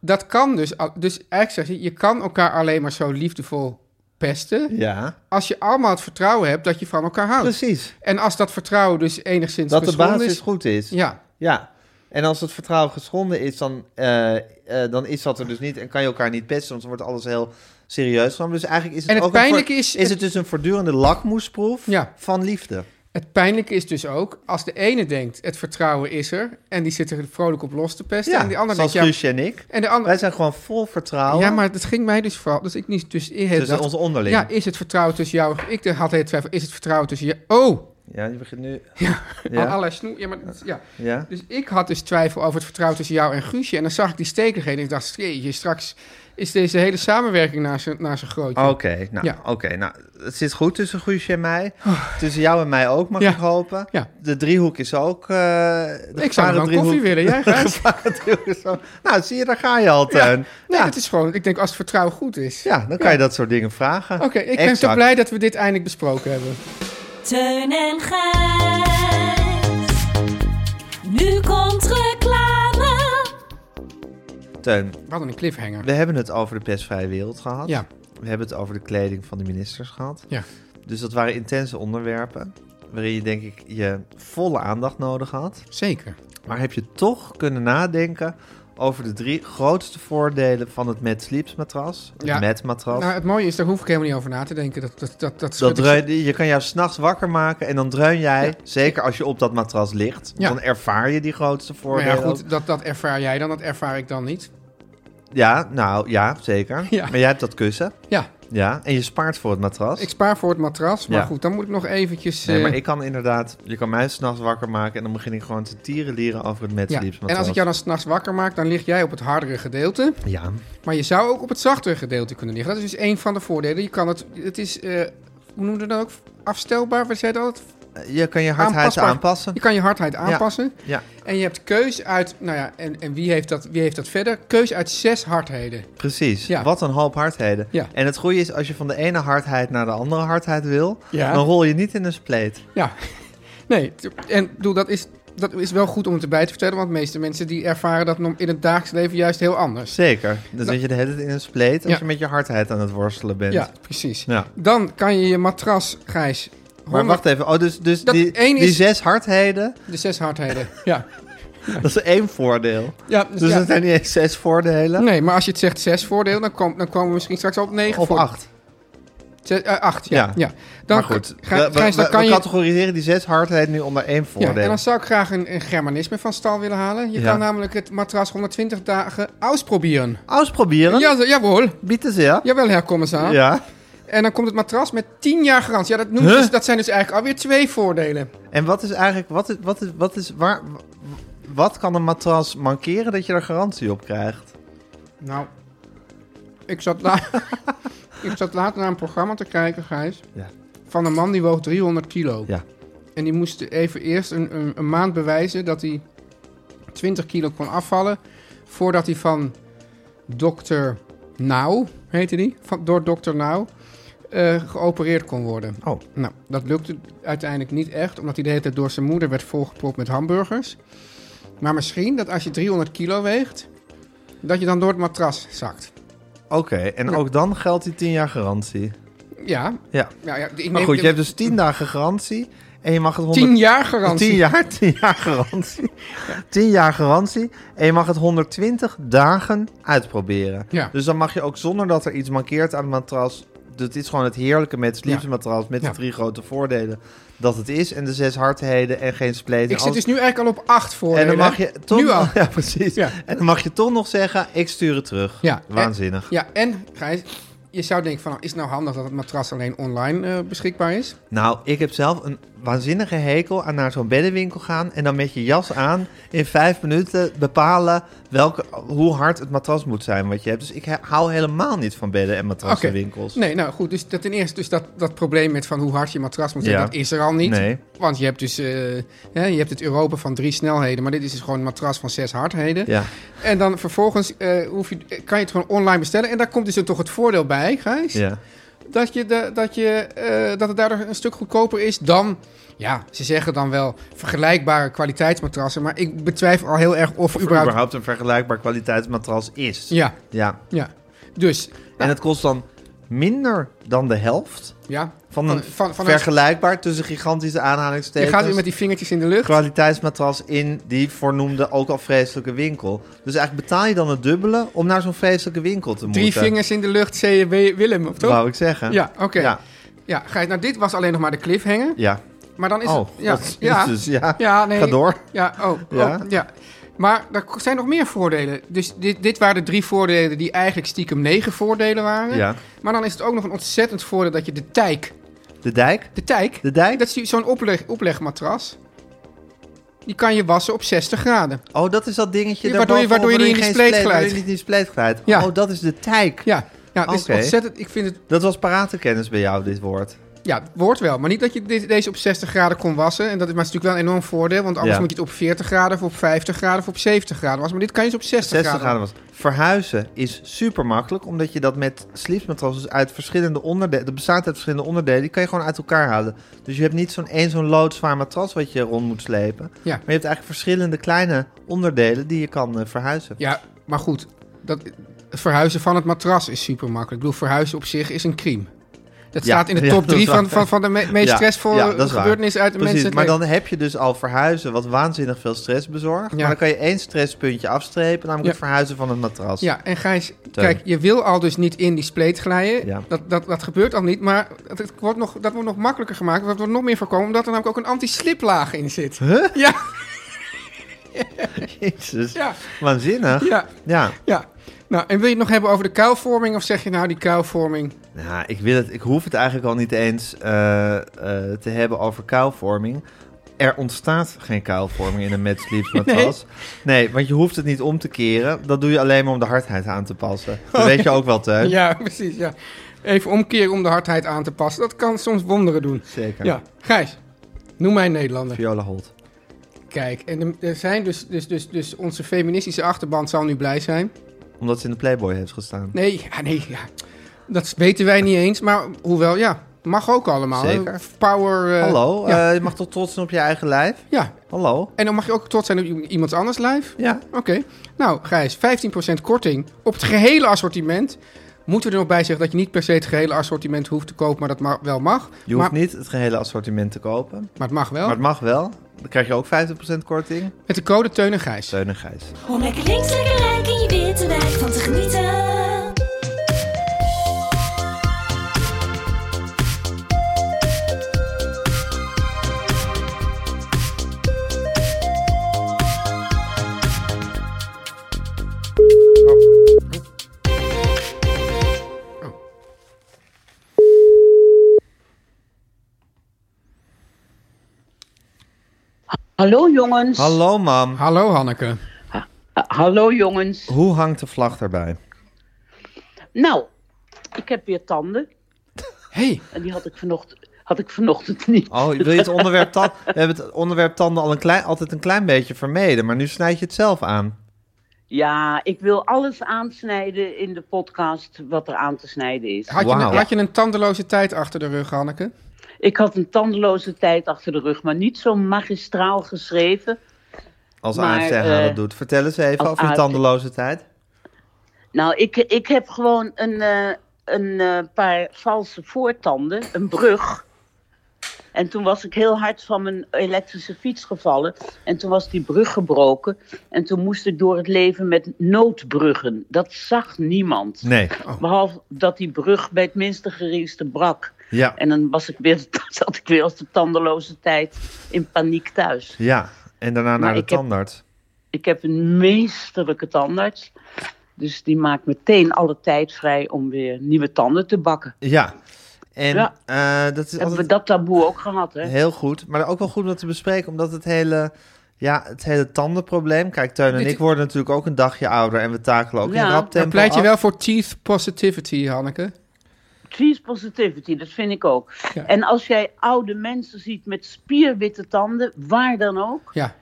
dat kan dus. al- Dus eigenlijk zeg je, je kan elkaar alleen maar zo liefdevol pesten... Ja, als je allemaal het vertrouwen hebt dat je van elkaar houdt. precies. En als dat vertrouwen dus enigszins Dat de geschonden basis is... goed is. Ja, Ja. En als het vertrouwen geschonden is, dan, eh, eh, dan is dat er dus niet. En kan je elkaar niet pesten, want dan wordt alles heel serieus genomen. Dus eigenlijk is het En het ook een pijnlijke voor- is- is het dus een voortdurende lakmoesproef Ja. van liefde. het pijnlijke is dus ook... als de ene denkt, het vertrouwen is er... en die zit er vrolijk op los te pesten... Ja, en die andere zoals denkt... Guusje en ik. Ja, en de andere, Wij zijn gewoon vol vertrouwen ja, maar het ging mij dus vooral... Dus ik niet... Dus ik tussen dat, ons onderling. ja, is het vertrouwen tussen jou... Ik had hele twijfel, is het vertrouwen tussen je... Oh, Ja, je begint nu... ja, Ja. al allerlei snoe... Ja, maar, dat- ja. Ja? Dus ik had dus twijfel over het vertrouwen tussen jou en Guusje... en dan zag ik die stekeligheden en ik dacht... Jeetje, straks is deze hele samenwerking naar zijn, naar zijn grootje. Oké, nou, Ja. oké, nou, het zit goed tussen Guusje en mij. Tussen jou en mij ook, mag Ja. ik hopen. Ja. De driehoek is ook... eh de Ik zou nog een koffie willen, jij Gijs? driehoek is ook... Nou, zie je, daar ga je al, Teun. Nee, Ja. het is gewoon... Ik denk, als het vertrouwen goed is... Ja, dan kan je dat soort dingen vragen. Oké, ik ben Exact. zo blij dat we dit eindelijk besproken hebben. Teun en Gijs. Nu komt reclame. Teun, We hadden een cliffhanger. we hebben het over de pestvrije wereld gehad. Ja, We hebben het over de kleding van de ministers gehad. ja. Dus dat waren intense onderwerpen, waarin je denk ik je volle aandacht nodig had. Zeker. Maar heb je toch kunnen nadenken over de drie grootste voordelen van het Mad Sleeps matras? Het Ja. Mad matras. Nou, het mooie is, daar hoef ik helemaal niet over na te denken. Dat, dat, dat, dat, dat schud ik- dreun, je kan jou s'nachts wakker maken en dan dreun jij, Ja. zeker als je op dat matras ligt, Ja. dan ervaar je die grootste Maar voordelen. ja, ook. goed, dat, dat ervaar jij dan, dat ervaar ik dan niet. Ja, nou ja, zeker. Ja. Maar jij hebt dat kussen. Ja, Ja, en je spaart voor het matras. ik spaar voor het matras, maar Ja. goed, dan moet ik nog eventjes... Nee, eh, maar ik kan inderdaad, je kan mij s'nachts wakker maken en dan begin ik gewoon te tierenlieren over het Mad ja. Sleeps matras. En als ik jou dan s'nachts wakker maak, dan lig jij op het hardere gedeelte. Ja, Maar je zou ook op het zachtere gedeelte kunnen liggen. Dat is dus één van de voordelen. Je kan het, het is, eh, hoe noem je dat ook? Afstelbaar, wat zei dat? je kan je hardheid Aanpasbaar. aanpassen. Je kan je hardheid aanpassen. Ja, En je hebt keus uit, nou ja, en, en wie, heeft dat, wie heeft dat verder? Keus uit zes hardheden. precies. Ja. Wat een hoop hardheden. Ja. En het goede is, als je van de ene hardheid naar de andere hardheid wil, Ja. dan rol je niet in een spleet. Ja, nee, t- en bedoel, dat is, dat is wel goed om het erbij te vertellen, want de meeste mensen die ervaren dat in het dagelijks leven juist heel anders. Zeker. Dan zit je de hele tijd in een spleet als Ja. je met je hardheid aan het worstelen bent. Ja, precies. Ja. Dan kan je je matras, Gijs, Maar honderd wacht even. Oh, dus, dus Dat die, één die is- zes hardheden, de zes hardheden. Ja, dat is één voordeel. ja, dus Dus ja. dat zijn niet eens zes voordelen. Nee, maar als je het zegt zes voordeel, dan, kom, dan komen we misschien straks al op negen. Of voor- acht. Zes, eh, acht, ja. Ja. ja. Dan, Maar goed, Ga- we, we- Gijs, dan we- kan we je... categoriseren die zes hardheden nu onder één Ja, voordeel. en dan zou ik graag een, een germanisme van stal willen halen. Je Ja. kan namelijk het matras honderdtwintig dagen uitproberen. Ausprobieren? Ja, zo- jawel. Bitte zeer. Jawel, Herr Kommissar. Ja. En dan komt het matras met tien jaar garantie. Ja, dat, noemt Huh? dus, dat zijn dus eigenlijk alweer twee voordelen. En wat is eigenlijk, wat is, wat is, wat is, waar, wat kan een matras mankeren dat je er garantie op krijgt? Nou, ik zat, la ik zat later naar een programma te kijken, Gijs. Ja. Van een man die woog driehonderd kilo. Ja. En die moest even eerst een, een, een maand bewijzen dat hij twintig kilo kon afvallen. Voordat hij van dokter Nauw, heette die, van, door dokter Nauw, eh, geopereerd kon worden. Oh. Nou, dat lukte uiteindelijk niet echt, omdat hij de hele tijd door zijn moeder werd volgepropt met hamburgers. Maar misschien dat als je driehonderd kilo weegt, dat je dan door het matras zakt. Oké, en Ja. ook dan geldt die tien jaar garantie. Ja. Ja. ja, ja ik Maar neem- goed, je hebt dus tien dagen garantie en je mag het honderd... tien jaar garantie. tien jaar, tien jaar garantie. tien jaar garantie en je mag het honderdtwintig dagen uitproberen. Ja. Dus dan mag je ook zonder dat er iets mankeert aan het matras... Het is gewoon het heerlijke met Sleeps Ja. matras met Ja. de drie grote voordelen dat het is. En de zes hardheden en geen spleet. Ik zit dus nu eigenlijk al op acht voordelen. En dan mag je toch Nu al. nog- Ja, precies. Ja. En dan mag je toch nog zeggen, ik stuur het terug. Ja. Waanzinnig. Ja, en Gijs, je zou denken van, is het nou handig dat het matras alleen online eh, beschikbaar is? Nou, ik heb zelf een waanzinnige hekel aan naar zo'n beddenwinkel gaan... en dan met je jas aan in vijf minuten bepalen welke, hoe hard het matras moet zijn wat je hebt. Dus ik he- hou helemaal niet van bedden- en matrassenwinkels. Nee, nou goed, dus dat ten eerste, dus dat, dat probleem met van hoe hard je matras moet zijn, Ja. dat is er al niet. Nee. Want je hebt dus, eh, hè, je hebt het Europa van drie snelheden, maar dit is dus gewoon een matras van zes hardheden. Ja. En dan vervolgens eh, hoef je, kan je het gewoon online bestellen. En daar komt dus dan toch het voordeel bij, Gijs. Ja. dat, je de, dat, je, uh, dat het daardoor een stuk goedkoper is dan... Ja, ze zeggen dan wel vergelijkbare kwaliteitsmatrassen. Maar ik betwijfel al heel erg of, Of er überhaupt... überhaupt een vergelijkbaar kwaliteitsmatras is. Ja, Ja. ja. Dus... En het kost dan minder dan de helft Ja, van een van, van vergelijkbaar tussen gigantische je aanhalingstekens gaat weer met die vingertjes in de lucht. kwaliteitsmatras in die voornoemde ook al vreselijke winkel. Dus eigenlijk betaal je dan het dubbele om naar zo'n vreselijke winkel te moeten. Drie vingers in de lucht, C J Willem, of toch? Wou ik zeggen. Ja, oké. Ja. Ja, Gijs, nou dit was alleen nog maar de cliffhanger. Ja. Maar dan is Oh, het... Ja, God, ja, Jezus, ja. ja, nee. Ga door. Ja, oh, Ja. oh, ja. Maar er zijn nog meer voordelen. Dus dit, dit waren de drie voordelen die eigenlijk stiekem negen voordelen waren. Ja. Maar dan is het ook nog een ontzettend voordeel dat je de tijk... De dijk? De tijk? De dijk? Dat is die- zo'n opleg, oplegmatras. Die kan je wassen op zestig graden. Oh, dat is dat dingetje Ja, waardoor je- daarbovenop, waardoor je niet in geen die spleet spleet- glijdt. waardoor je niet in die spleet glijdt. Ja. Oh, dat is de tijk. Ja, ja het is Oké. ontzettend... Ik vind het... Dat was paratenkennis bij jou, dit woord. Ja, het wordt wel. Maar niet dat je dit, deze op zestig graden kon wassen. En dat is, maar het is natuurlijk wel een enorm voordeel. Want anders Ja. moet je het op veertig graden of op vijftig graden of op zeventig graden wassen. Maar dit kan je dus op zestig, zestig graden. graden was. Verhuizen is super makkelijk, omdat je dat met sleepsmatrassen uit verschillende onderdelen, dat bestaat uit verschillende onderdelen, die kan je gewoon uit elkaar halen. Dus je hebt niet zo'n één zo'n loodzwaar matras wat je rond moet slepen. Ja. Maar je hebt eigenlijk verschillende kleine onderdelen die je kan uh, verhuizen. Ja, maar goed. Dat, het verhuizen van het matras is super makkelijk. Ik bedoel, verhuizen op zich is een crime. Dat Ja, staat in de ja, top dat is drie van, waar. van, van de me- meest Ja, stressvolle ja, dat is waar. gebeurtenissen uit de Precies, mensen. maar dan heb je dus al verhuizen wat waanzinnig veel stress bezorgt. Ja. Maar dan kan je één stresspuntje afstrepen, namelijk Ja. het verhuizen van het matras. Ja, en Gijs, Teun. kijk, je wil al dus niet in die spleet glijden. Ja. Dat, dat, dat gebeurt al niet, maar het, het wordt nog, dat wordt nog makkelijker gemaakt. Dat wordt nog meer voorkomen, omdat er namelijk ook een anti-sliplaag in zit. Huh? Ja, Jezus, ja, waanzinnig. ja, Ja. ja. Nou, en wil je het nog hebben over de kuilvorming? Of zeg je nou die kuilvorming? Nou, ik, wil het, ik hoef het eigenlijk al niet eens uh, uh, te hebben over kuilvorming. Er ontstaat geen kuilvorming in een Mad Sleeps matras. Nee. nee, want je hoeft het niet om te keren. Dat doe je alleen maar om de hardheid aan te passen. Dat weet je ook wel, Teun. Ja, precies, ja. Even omkeren om de hardheid aan te passen. Dat kan soms wonderen doen. Zeker. Ja, Gijs, noem mij een Nederlander. Viola Holt. Kijk, en er zijn dus, dus, dus, dus onze feministische achterban zal nu blij zijn. Omdat ze in de Playboy heeft gestaan. Nee, ja, nee, ja. Dat weten wij niet eens. Maar hoewel, ja, mag ook allemaal. hè. Zeker. Power. eh, Hallo, Ja. uh, je mag toch trots zijn op je eigen lijf? ja. Hallo? En dan mag je ook trots zijn op i- iemands anders lijf. Ja. Oké. Nou, Gijs, vijftien procent korting op het gehele assortiment. Moeten we er nog bij zeggen dat je niet per se het gehele assortiment hoeft te kopen, maar dat ma- wel mag. Je hoeft maar, niet het gehele assortiment te kopen. maar het mag wel. Maar het mag wel. Dan krijg je ook vijftig procent korting. Met de code Teun en Gijs. Teun en Gijs. Om lekker links, lekker rijk in je witte wijk van te genieten. Hallo jongens. Hallo, mam. Hallo Hanneke. Ha- hallo jongens. Hoe hangt de vlag erbij? Nou, ik heb weer tanden. Hey, En die had ik vanochtend, had ik vanochtend niet. Oh, wil je het onderwerp tanden? We hebben het onderwerp tanden al een klein, altijd een klein beetje vermeden, maar nu snijd je het zelf aan. Ja, ik wil alles aansnijden in de podcast wat er aan te snijden is. had je, Wauw. een, had je een tandeloze tijd achter de rug, Hanneke? Ik had een tandeloze tijd achter de rug, maar niet zo magistraal geschreven. Als Maar, A F T H eh, dat doet. Vertel eens even als over je A F T tandeloze tijd. Nou, ik, ik heb gewoon een, eh, een eh, paar valse voortanden, een brug. En toen was ik heel hard van mijn elektrische fiets gevallen. En toen was die brug gebroken. En toen moest ik door het leven met noodbruggen. Dat zag niemand. Nee. Behalve dat die brug bij het minste gerieste brak. Ja. En dan was ik weer, zat ik weer als de tandeloze tijd in paniek thuis. Ja. En daarna naar Maar de ik heb- tandarts. Ik heb een meesterlijke tandarts. Dus die maakt meteen alle tijd vrij om weer nieuwe tanden te bakken. Ja. En Ja. eh, dat is Hebben altijd we dat taboe ook gehad, hè? heel goed. Maar ook wel goed om dat te bespreken, omdat het hele... Ja, het hele tandenprobleem. Kijk, Teun en Dit- ik worden natuurlijk ook een dagje ouder en we takelen ook Ja, in rap dan tempo Dan pleit je af. wel voor teeth positivity, Hanneke. Cheese positivity, dat vind ik ook. Ja. En als jij oude mensen ziet met spierwitte tanden, waar dan ook, Ja,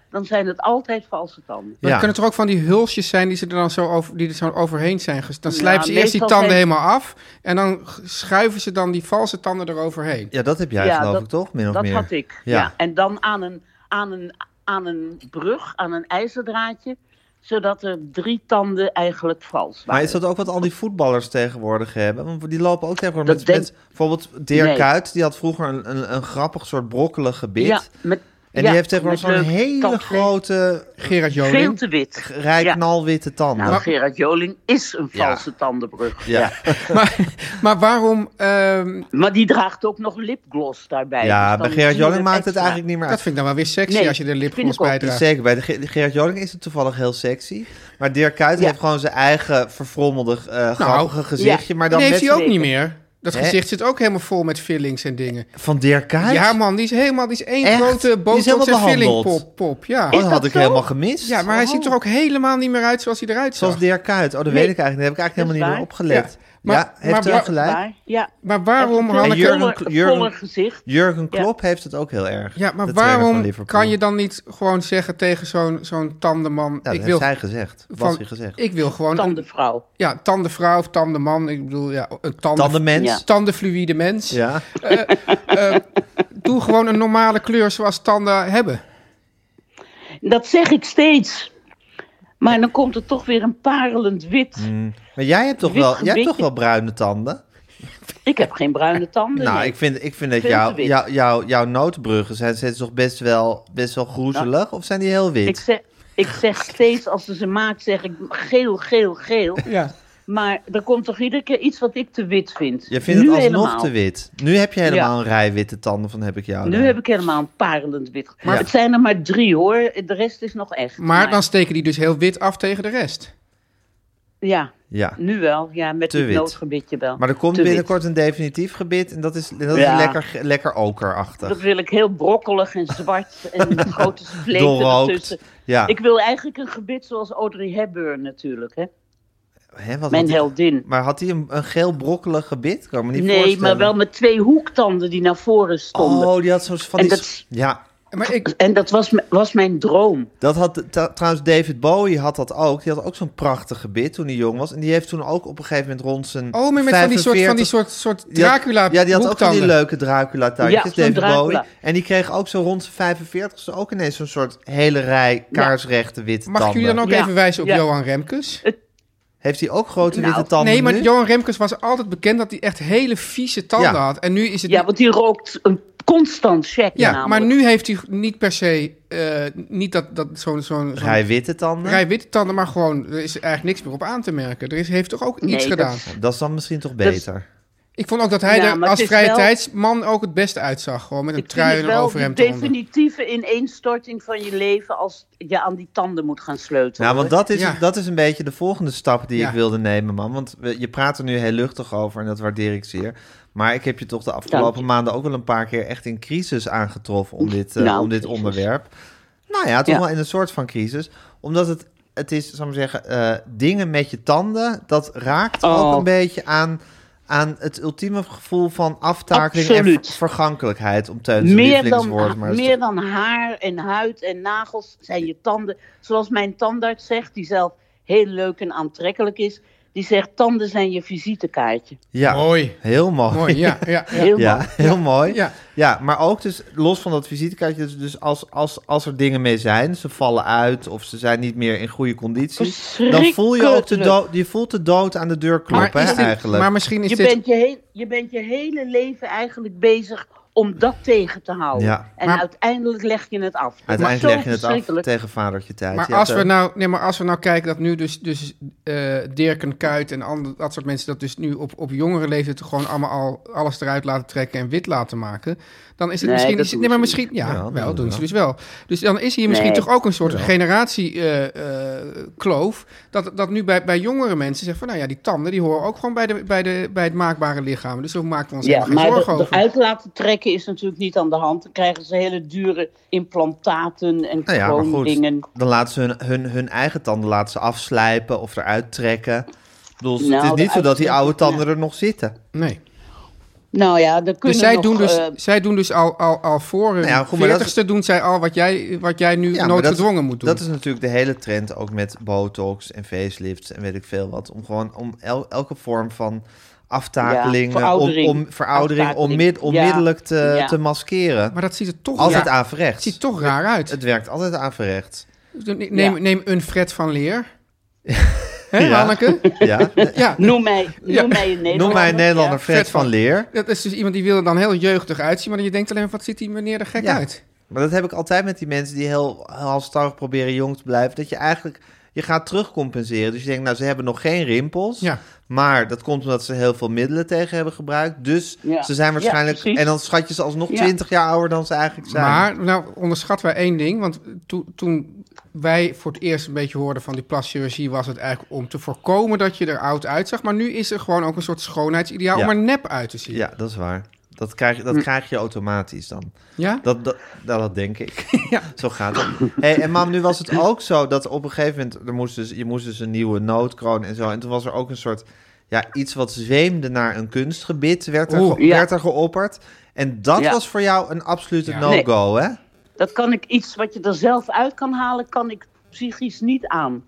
dan zijn het altijd valse tanden. Maar Ja. dan kunnen er ook van die hulsjes zijn die, ze er dan zo over, die er zo overheen zijn. ges- Dan Ja, slijpen ze eerst die meestal tanden zijn- helemaal af. En dan g- schuiven ze dan die valse tanden eroverheen. Ja, dat heb jij Ja, geloof dat- ik toch? Min of Dat meer. had ik, Ja. ja. En dan aan een, aan, een, aan een brug, aan een ijzerdraadje, zodat er drie tanden eigenlijk vals waren. Maar is dat ook wat al die voetballers tegenwoordig hebben? Want die lopen ook tegenwoordig Dat met, denk- met bijvoorbeeld Dirk Nee. Kuyt. Die had vroeger een, een, een grappig soort brokkelig gebit. Ja, met, en ja, die heeft tegenwoordig met zo'n leuk hele tandvlees. grote, Gerard Veel Joling. te wit. rij Ja. knalwitte tanden. Nou, Gerard Joling is een Ja. valse tandenbrug. ja. Maar, maar waarom... ehm, Maar die draagt ook nog lipgloss daarbij. ja, Dus bij dan Gerard zie je Joling maakt het extra. eigenlijk niet meer dat uit. vind ik dan wel weer sexy Nee, als je de vind lipgloss ik ook. bijdraagt. Zeker, bij de Ge- Gerard Joling is het toevallig heel sexy. Maar Dirk Kuyt Ja. heeft gewoon zijn eigen verfrommelde, eh grappige gezichtje. Maar dan Nee, met heeft hij ook zeker. niet meer. Dat Hè? gezicht zit ook helemaal vol met fillings en dingen. van Dirk Kuyt? Ja man, die is helemaal, die is één Echt? grote Die is botox helemaal en filling behandeld. pop, pop. Ja. Oh, dat had dat ik zo? helemaal gemist. ja, maar hij ziet er ook helemaal niet meer uit zoals hij eruit zag. Zoals Dirk Kuyt. Oh, dat Nee. weet ik eigenlijk niet. Daar heb ik eigenlijk Dat is helemaal niet meer waar. opgelet. Ja. Maar- ja, heeft maar hij wa- ook gelijk? Waar, ja. Maar waarom, Echt een Hanneke... Jurgen- voller, Jurgen- voller gezicht. Jurgen Klopp heeft het ook heel erg. Ja, maar de trainer van waarom Liverpool. kan je dan niet gewoon zeggen tegen zo'n zo'n tandenman... Ja, dat ik heeft wil, zij gezegd. Was van, hij gezegd. ik wil gewoon... een- Tandenvrouw. ja, tandenvrouw of tandenman. Ik bedoel, ja, een tanden, Tandenmens. Ja. tandenfluïde mens. Ja. Eh, doe gewoon een normale kleur zoals tanden hebben. Dat zeg ik steeds. Maar dan komt er toch weer een parelend wit. Mm. Maar jij hebt toch Wit wel, jij hebt gebitje. toch wel bruine tanden? Ik heb geen bruine tanden. Nou, nee. ik vind, ik vind dat Veel te jou, wit. jou, jou, jouw notenbruggen zijn, zijn toch best wel, best wel groezelig? Of zijn die heel wit? Ik zeg, ik zeg steeds, als ze ze maakt, zeg ik geel, geel, geel. Ja. Maar er komt toch iedere keer iets wat ik te wit vind. Je vindt Nu het alsnog helemaal. te wit. Nu heb je helemaal Ja. een rij witte tanden van heb ik jou. Nu dan. heb ik helemaal een parelend wit. Maar- Het zijn er maar drie hoor. De rest is nog echt. Maar dan steken die dus heel wit af tegen de rest. Ja, Ja. nu wel. Ja, met Te dit wit. noodgebitje wel. Maar er komt Te wit. binnenkort een definitief gebit en dat is, dat is Ja. lekker, lekker okerachtig. Dat wil ik heel brokkelig en zwart en grote spleten Doorrookt. ertussen. Ja. Ik wil eigenlijk een gebit zoals Audrey Hepburn natuurlijk. Hè? Hè, wat Mijn had hij- heldin. Maar had hij een, een geel brokkelig gebit? Kan ik me niet Nee, voorstellen. maar wel met twee hoektanden die naar voren stonden. Oh, die had zo'n van En die... dat is- Ja, Maar ik, En dat was, m- was mijn droom. dat had t- trouwens David Bowie had dat ook. Die had ook zo'n prachtig gebit toen hij jong was. En die heeft toen ook op een gegeven moment rond zijn oh, maar met van die soort, van die soort, soort Die had- Dracula Ja, die had ook van die hoektanden. leuke Dracula-tuitjes, Ja, zo'n David Dracula. Bowie. En die kreeg ook zo rond zijn vijfenveertigste ook ineens zo'n soort hele rij kaarsrechte witte Mag ik tanden. jullie dan ook Ja. even wijzen op Ja. Johan Remkes? Heeft hij ook grote Nou, witte tanden Nee, maar nu? Johan Remkes was altijd bekend dat hij echt hele vieze tanden Ja. had. En nu is het... Ja, niet- want die rookt een constant check ja, namelijk. maar nu heeft hij niet per se... eh, niet dat, dat zo'n zo'n zo'n Rij witte tanden? rij witte tanden, maar gewoon... Er is eigenlijk niks meer op aan te merken. Er is, heeft toch ook Nee, iets dat- gedaan. Dat is dan misschien toch Dat is- beter. Ik vond ook dat hij Ja, er maar als het is vrije wel- tijdsman ook het beste uitzag. Gewoon met een Ik trui vind en het een wel de overhemd eronder. definitieve ineenstorting van je leven als je aan die tanden moet gaan sleutelen. Nou, want dat is, Ja. dat is een beetje de volgende stap die Ja. ik wilde nemen, man. Want we- je praat er nu heel luchtig over en dat waardeer ik zeer. Maar ik heb je toch de Dank afgelopen je. maanden ook wel een paar keer echt in crisis aangetroffen om dit, eh, Nou, om dit crisis. onderwerp. Nou ja, toch Ja. wel in een soort van crisis. Omdat het, het is, zal ik maar zeggen, eh, dingen met je tanden, dat raakt ook Oh. een beetje aan, aan het ultieme gevoel van aftakeling Absoluut. en ver- vergankelijkheid, om Teun zijn meer lievelingswoord dan, maar eens te- meer dan haar en huid en nagels zijn je tanden. Zoals mijn tandarts zegt, die zelf heel leuk en aantrekkelijk is. Die zegt, tanden zijn je visitekaartje. Ja, Mooi. heel mooi. Mooi, ja. ja, ja. Heel Ja, mooi. heel mooi. Ja. Ja, maar ook dus los van dat visitekaartje, dus, dus als, als, als er dingen mee zijn, ze vallen uit of ze zijn niet meer in goede conditie, dan voel je ook de dood, je voelt de dood aan de deur kloppen, Maar, is hè, dit- eigenlijk. maar misschien is Je dit... bent je, heel, je bent je hele leven eigenlijk bezig om dat tegen te houden. Ja. En Maar- uiteindelijk leg je het af. Dat Uiteindelijk is zo leg je het af verschrikkelijk. tegen vadertje tijd. Maar Ja, als, we Teun. nou, nee, maar als we nou kijken dat nu dus, dus eh Dirk en Kuyt en ander, dat soort mensen dat dus nu op, op jongere leeftijd gewoon allemaal al alles eruit laten trekken en wit laten maken, dan is het Nee, misschien... dat Is, doen nee, maar ze misschien... Ja, Ja, dat wel, doen doen ze ze dus wel. Dus dan is hier misschien Nee. toch ook een soort Ja. generatiekloof, dat, dat nu bij, bij jongere mensen zeggen van, nou ja, die tanden, die horen ook gewoon bij, de, bij, de, bij het maakbare lichaam. Dus daar maken we ons Ja, helemaal geen maar zorgen de- over. eruit laten trekken is natuurlijk niet aan de hand. Dan krijgen ze hele dure implantaten en Nou ja, maar goed, kroondingen. dan laten ze hun, hun, hun eigen tanden laten ze afslijpen of eruit trekken. Ik bedoel, Nou, het is niet zo dat die eruit oude trekken, tanden er nog zitten. Nee. Nou ja, dan kunnen Dus zij, nog... doen dus, eh, zij doen dus al, al, al voor hun Nou ja, goed, maar dat veertigste doen zij al wat jij, wat jij nu Ja, maar noodgedwongen dat, moet doen. Dat is natuurlijk de hele trend, ook met botox en facelifts en weet ik veel wat. Om gewoon om el- elke vorm van aftakeling, Ja, eh, veroudering. om, om veroudering Aftakeling. onmid- onmiddellijk te, Ja. te maskeren. Maar dat ziet er toch, Altijd ja, averechts. het ziet toch raar uit. Het werkt altijd averechts. Neem, Ja. neem een Fred van Leer. Hé, Ja. Hanneke? Ja. Ja, Noem mij, noem Ja. mij een Nederlander. Noem mij een Nederlander Ja. Fred, Fred van van- Leer. dat is dus iemand die wil er dan heel jeugdig uitzien, maar je denkt alleen, wat ziet die meneer er gek Ja. uit. Maar dat heb ik altijd met die mensen die heel halstarrig proberen jong te blijven. Dat je eigenlijk, je gaat terugcompenseren. Dus je denkt, nou, ze hebben nog geen rimpels. Ja. Maar dat komt omdat ze heel veel middelen tegen hebben gebruikt. Dus Ja. ze zijn waarschijnlijk... Ja, precies. en dan schat je ze alsnog Ja. twintig jaar ouder dan ze eigenlijk zijn. Maar, nou, onderschat wij één ding, want to- toen wij voor het eerst een beetje hoorden van die plaschirurgie, was het eigenlijk om te voorkomen dat je er oud uitzag. Maar nu is er gewoon ook een soort schoonheidsideaal Ja. om er nep uit te zien. Ja, dat is waar. Dat krijg, je- dat Hm. krijg je automatisch dan. Ja? Dat, dat, nou, dat denk ik. Ja. Zo gaat het. Hey, en mam, nu was het ook zo dat op een gegeven moment... Er moest dus, je moest dus een nieuwe noodkroon en zo. En toen was er ook een soort... Ja, iets wat zweemde naar een kunstgebit werd er, Oeh, ge- ja. werd er geopperd. En dat Ja. was voor jou een absolute Ja. no-go, hè? Dat kan ik, iets wat je er zelf uit kan halen, kan ik psychisch niet aan.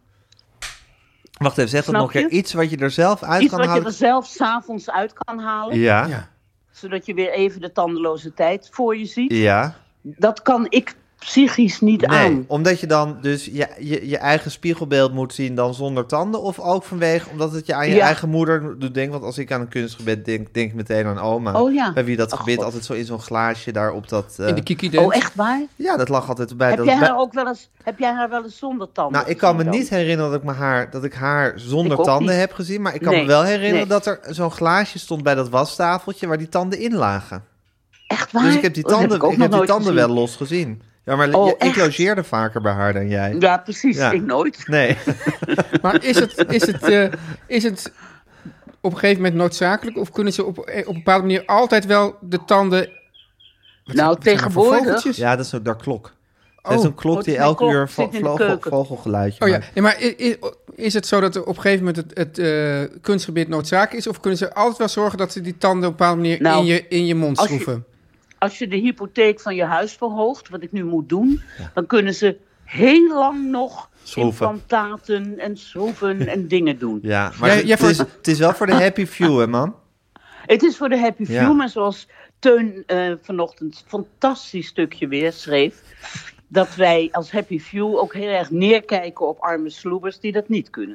Wacht even, zeg dat Snap nog een keer. je? Iets wat je er zelf uit Iets kan wat je halen. er zelf s'avonds uit kan halen, Ja, ja. Ja. zodat je weer even de tandeloze tijd voor je ziet. ja. Dat kan ik psychisch niet Nee, aan. omdat je dan dus je, je, je eigen spiegelbeeld moet zien dan zonder tanden? Of ook vanwege, omdat het je aan je Ja. eigen moeder doet denken? Want als ik aan een kunstgebit denk, denk ik meteen aan oma. Oh ja. Bij wie dat Oh, gebit God. altijd zo in zo'n glaasje daar op dat... eh, In de kiki dent. Oh, echt waar? Ja, dat lag altijd bij. Heb dat jij bij- haar ook wel eens, heb jij haar wel eens zonder tanden Nou, ik kan me gezien dan? niet herinneren dat ik, me haar, dat ik haar zonder Ik ook tanden niet. heb gezien. Maar ik kan Nee, me wel herinneren nee. dat er zo'n glaasje stond bij dat wastafeltje waar die tanden in lagen. Echt waar? Dus ik heb die Dat heb tanden, ik ook ik nog heb die nooit tanden gezien. wel los gezien. Ja, maar Oh, je- ik echt? logeerde vaker bij haar dan jij. Ja, precies. Ja. Ik nooit. Nee. Maar is het, is, het, eh, is het op een gegeven moment noodzakelijk? Of kunnen ze op, op een bepaalde manier altijd wel de tanden... Wat Nou, zijn- wat zijn er voor tegenwoordig- vogeltjes? Ja, dat is ook daar klok. Oh. Het is een klok Oh, die het is elke mijn uur klok, vo- zit in de vogel, keuken. vogelgeluidje Oh ja, maakt. nee, maar i- i- is het zo dat er op een gegeven moment het, het eh, kunstgebied noodzakelijk is? Of kunnen ze altijd wel zorgen dat ze die tanden op een bepaalde manier Nou, in, je, in je mond als je- schroeven? Als je de hypotheek van je huis verhoogt, wat ik nu moet doen, dan kunnen ze heel lang nog Schroeven. implantaten en schroeven en dingen doen. Ja, maar Jij- het, jij het is, voor- het is wel voor de happy few, hè, man? Het is voor de happy few, Ja. maar zoals Teun eh, vanochtend een fantastisch stukje weer schreef, dat wij als happy few ook heel erg neerkijken op arme sloebers die dat niet kunnen.